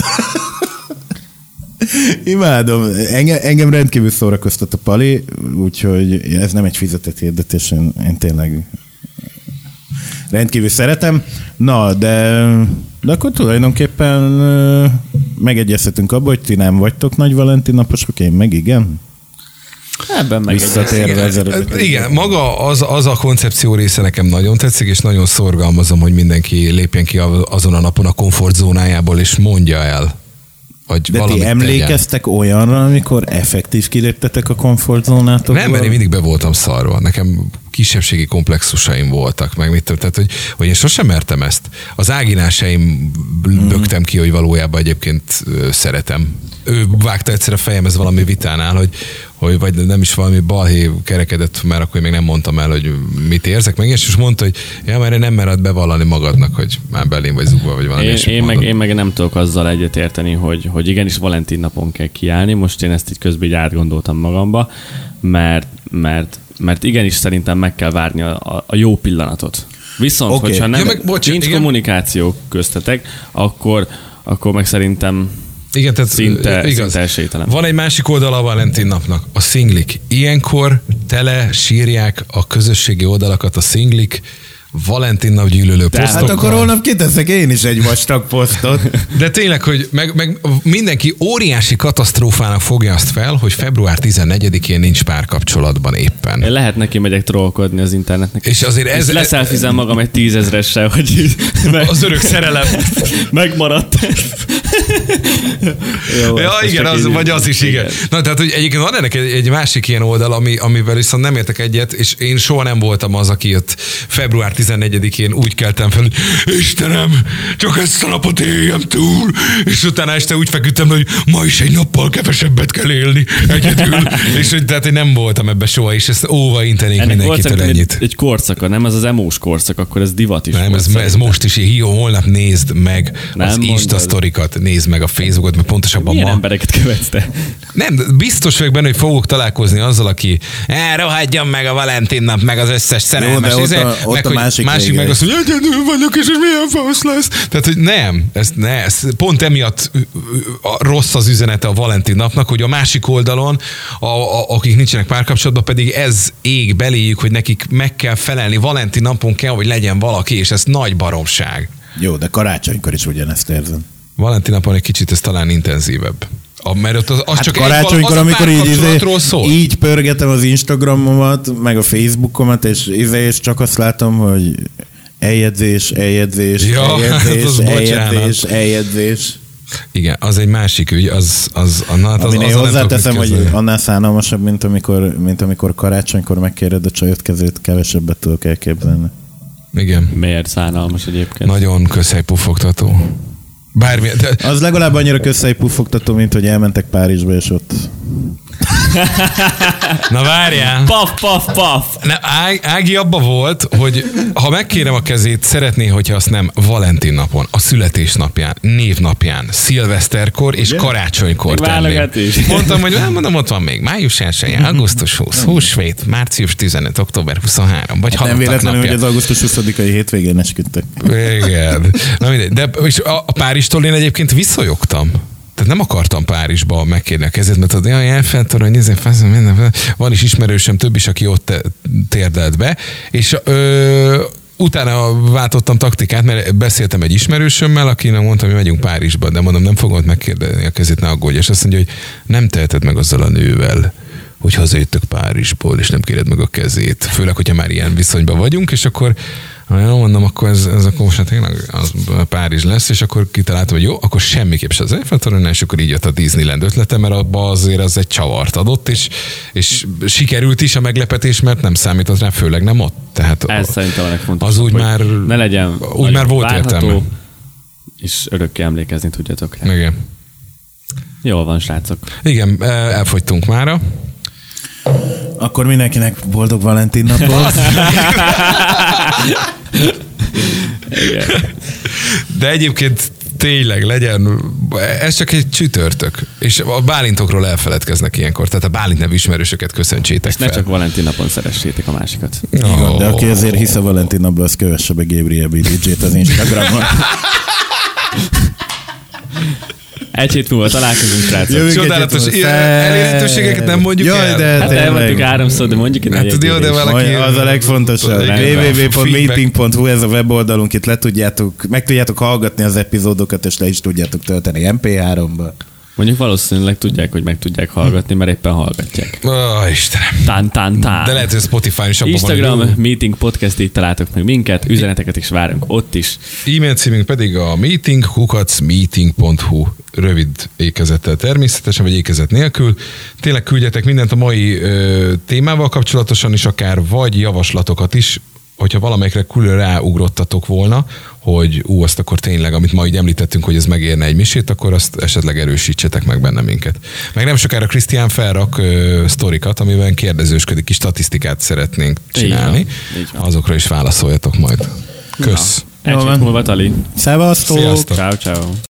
[SPEAKER 2] Imádom. Engem, engem rendkívül szórakoztat a Pali, úgyhogy ez nem egy fizetett hirdetés, én, én tényleg rendkívül szeretem. Na, de, de akkor tulajdonképpen megegyezhetünk abba, hogy ti nem vagytok nagy Valentin naposok, én meg igen.
[SPEAKER 3] Ebben megegyezhetünk.
[SPEAKER 1] Igen, igen, maga az, az a koncepció része nekem nagyon tetszik, és nagyon szorgalmazom, hogy mindenki lépjen ki azon a napon a komfortzónájából, és mondja el.
[SPEAKER 2] De ti emlékeztek tegyen. olyanra, amikor effektív kiléptetek a komfortzónátokból?
[SPEAKER 1] Nem, mert én mindig be voltam szarva. Nekem kisebbségi komplexusaim voltak, meg mit tehát, hogy, hogy én sosem mertem ezt. Az áginásaim mm. bögtem ki, hogy valójában egyébként szeretem. Ő vágta egyszer a fejemhez valami vitánál, hogy, hogy vagy nem is valami balhé kerekedett, mert akkor még nem mondtam el, hogy mit érzek meg, és mondta, hogy ja, mert nem mered bevallani magadnak, hogy már belém vagy zugva, vagy valami.
[SPEAKER 3] Én, én, meg, én meg nem tudok azzal egyetérteni, hogy, hogy igenis Valentin napon kell kiállni. Most én ezt így közben így átgondoltam magamba, mert, mert, mert igenis szerintem meg kell várni a, a, a jó pillanatot. Viszont, okay. hogyha nem, ja, meg, bocs, nincs igen. kommunikáció köztetek, akkor, akkor meg szerintem
[SPEAKER 1] igen, tehát
[SPEAKER 3] szinte, szinte esélytelen.
[SPEAKER 1] Van egy másik oldala a Valentin napnak, a szinglik. Ilyenkor tele sírják a közösségi oldalakat a szinglik, Valentin nap gyűlölő posztokkal.
[SPEAKER 2] Hát akkor holnap kiteszek én is egy vastag posztot.
[SPEAKER 1] De tényleg, hogy meg, meg mindenki óriási katasztrófának fogja azt fel, hogy február tizennegyedikén nincs párkapcsolatban éppen.
[SPEAKER 3] Én lehet neki megyek trollkodni az internetnek.
[SPEAKER 1] És azért ez...
[SPEAKER 3] És leszelfizem magam egy tízezressel, hogy... Meg,
[SPEAKER 1] az örök szerelem.
[SPEAKER 3] Megmaradt.
[SPEAKER 1] Jó, ja, igen, az, vagy az is, igen. igen. Na, tehát, hogy egyébként van ennek egy, egy másik ilyen oldal, ami, amivel viszont nem értek egyet, és én soha nem voltam az, aki ott február tizennegyedikén úgy keltem fel, hogy Istenem, csak ezt a napot éljem túl, és utána este úgy feküdtem, hogy ma is egy nappal kevesebbet kell élni egyedül, és hogy tehát én nem voltam ebbe soha, és ezt óva intenék ennek mindenkitől ennyit.
[SPEAKER 3] Egy, egy korszaka, nem? Ez az emós korszak, akkor ez divat is.
[SPEAKER 1] Nem, ez, ez most is, hió, holnap nézd meg nem az Insta sztorikat, nézd meg a Facebookot, mert pontosabban
[SPEAKER 3] milyen
[SPEAKER 1] ma...
[SPEAKER 3] embereket követsz te?
[SPEAKER 1] Nem, biztos vagyok benne, hogy fogok találkozni azzal, aki rohadjon meg a Valentin nap, meg az összes szerelmes.
[SPEAKER 2] Jó, de ott a, ott a másik,
[SPEAKER 1] másik meg azt mondja, egyedül vagyok, és ez milyen fasz lesz. Tehát, hogy nem, ez, ne, ez pont emiatt rossz az üzenete a Valentin napnak, hogy a másik oldalon, a, a, akik nincsenek párkapcsolatban, pedig ez ég beléjük, hogy nekik meg kell felelni, Valentin napon kell, hogy legyen valaki, és ez nagy baromság.
[SPEAKER 2] Jó, de karácsonykor is ugyanezt érzem.
[SPEAKER 1] Valentin napon egy kicsit ez talán intenzívebb. A, mert ott az, az
[SPEAKER 2] Hát
[SPEAKER 1] csak
[SPEAKER 2] karácsonykor,
[SPEAKER 1] egy, az
[SPEAKER 2] amikor így, izé,
[SPEAKER 1] szól.
[SPEAKER 2] így pörgetem az Instagramomat, meg a Facebookomat, és, izé, és csak azt látom, hogy eljegyzés, eljegyzés,
[SPEAKER 1] Ja,
[SPEAKER 2] eljegyzés,
[SPEAKER 1] az
[SPEAKER 2] eljegyzés, eljegyzés.
[SPEAKER 1] Igen, az egy másik ügy, az, az, az, az, az,
[SPEAKER 2] Aminél
[SPEAKER 1] az
[SPEAKER 2] hozzáteszem, hogy annál szánalmasabb, mint amikor, mint amikor karácsonykor megkéred a csajot kezét, kevesebbet tudok elképzelni.
[SPEAKER 1] Igen.
[SPEAKER 3] Miért szánalmas egyébként?
[SPEAKER 1] Nagyon közhelypufogtató. Bármi, de...
[SPEAKER 2] Az legalább annyira közhelypufogtató, mint hogy elmentek Párizsba, és ott...
[SPEAKER 1] Na várjál!
[SPEAKER 3] Paf, paf, paf!
[SPEAKER 1] Ne, Ág, Ági abba volt, hogy ha megkérem a kezét, szeretné, hogyha azt nem Valentin napon, a születésnapján, névnapján, szilveszterkor és
[SPEAKER 2] Igen?
[SPEAKER 1] karácsonykor
[SPEAKER 3] Még
[SPEAKER 1] tenném.
[SPEAKER 3] válogatás.
[SPEAKER 1] Mondtam, hogy nem mondom, ott van még május elseje, augusztus huszadik, húsvét, március tizenötödike, október huszonharmadika, vagy
[SPEAKER 2] Nem
[SPEAKER 1] halottak
[SPEAKER 2] véletlenül, hogy
[SPEAKER 1] napja.
[SPEAKER 2] az augusztus huszadikai hétvégén esküdtek.
[SPEAKER 1] Igen. Na mindegy. De és a, a Párizstól én egyébként visszajogtam. Tehát nem akartam Párizsba megkérni a kezét, mert tudod, jaj, elfeltől, hogy nézzél, faszom, minden, van is ismerősöm, több is, aki ott térdelt be, és ö, utána váltottam taktikát, mert beszéltem egy ismerősömmel, akinek mondtam, hogy megyünk Párizsba, de mondom, nem fogom ott megkérdezni a kezét, ne aggódj, és azt mondja, hogy nem teheted meg azzal a nővel, hogy hazajöttök Párizsból, és nem kéred meg a kezét. Főleg, hogyha már ilyen viszonyban vagyunk, és akkor ha jól mondom, akkor ez, ez akkor most hát tényleg az Párizs lesz, és akkor kitaláltam, hogy jó, akkor semmiképp se az Eiffel-torony, és akkor így jött a Disneyland ötlete, mert abban azért az egy csavart adott, és, és sikerült is a meglepetés, mert nem számított rá, főleg nem ott. Tehát
[SPEAKER 3] Ez
[SPEAKER 1] a,
[SPEAKER 3] szerintem a legfontosabb,
[SPEAKER 1] az úgy
[SPEAKER 3] hogy
[SPEAKER 1] már,
[SPEAKER 3] ne legyen
[SPEAKER 1] úgy már volt
[SPEAKER 3] várható,
[SPEAKER 1] értelme.
[SPEAKER 3] És örökké emlékezni tudjatok rá.
[SPEAKER 1] Igen.
[SPEAKER 3] Jól van, srácok.
[SPEAKER 1] Igen, elfogytunk mára.
[SPEAKER 2] Akkor mindenkinek boldog Valentin napot.
[SPEAKER 1] De egyébként tényleg legyen, ez csak egy csütörtök, és a Bálintokról elfeledkeznek ilyenkor, tehát a Bálint nevű ismerősöket köszöntsétek
[SPEAKER 3] Ne
[SPEAKER 1] fel.
[SPEAKER 3] csak Valentin napon szeressétek a másikat.
[SPEAKER 2] Igen, de aki ezért hisz a Valentin napban, az kövesse be Gabriel dé dzsét az Instagramon.
[SPEAKER 3] Egy hét múlva találkozunk, srácok.
[SPEAKER 2] Jövünk egy
[SPEAKER 1] Csodálatos
[SPEAKER 2] hét múlva.
[SPEAKER 1] elérhetőségeket nem mondjuk
[SPEAKER 2] Jaj,
[SPEAKER 1] el.
[SPEAKER 2] de
[SPEAKER 3] Hát
[SPEAKER 2] tényleg.
[SPEAKER 3] elmondtuk háromszor, de mondjuk itt
[SPEAKER 1] Hát
[SPEAKER 3] egy
[SPEAKER 1] tudja, de valaki-
[SPEAKER 2] Az a legfontosabb.
[SPEAKER 1] Rendben.
[SPEAKER 2] double-u double-u double-u pont meeting pont hu ez a weboldalunk, itt le tudjátok, meg tudjátok hallgatni az epizódokat, és le is tudjátok tölteni em pé háromba.
[SPEAKER 3] Mondjuk valószínűleg tudják, hogy meg tudják hallgatni, mert éppen hallgatják.
[SPEAKER 1] Ó, Istenem.
[SPEAKER 3] Tán, tán, tán.
[SPEAKER 1] De lehet, hogy Spotify-n is abban
[SPEAKER 3] Instagram,
[SPEAKER 1] van, hogy
[SPEAKER 3] Meeting Podcast, így találtok meg minket, üzeneteket is várunk ott is.
[SPEAKER 1] e-mail címünk pedig a meeting kukac meeting pont hu rövid ékezettel természetesen, vagy ékezet nélkül. Tényleg küldjetek mindent a mai ö, témával kapcsolatosan is, akár vagy javaslatokat is, hogyha valamelyikre külön ráugrottatok volna, hogy ú, azt akkor tényleg, amit ma így említettünk, hogy ez megérne egy misét, akkor azt esetleg erősítsetek meg benne minket. Meg nem sokára Krisztián felrak ö, sztorikat, amiben kérdezősködik, kis statisztikát szeretnénk csinálni.
[SPEAKER 3] Így van, így van.
[SPEAKER 1] Azokra is válaszoljatok majd. Kösz!
[SPEAKER 3] Egy
[SPEAKER 2] Jó
[SPEAKER 3] hét
[SPEAKER 2] van.
[SPEAKER 3] múlva, Tali.
[SPEAKER 2] Szevasztok!
[SPEAKER 1] Sziasztok!
[SPEAKER 3] Ciao, ciao.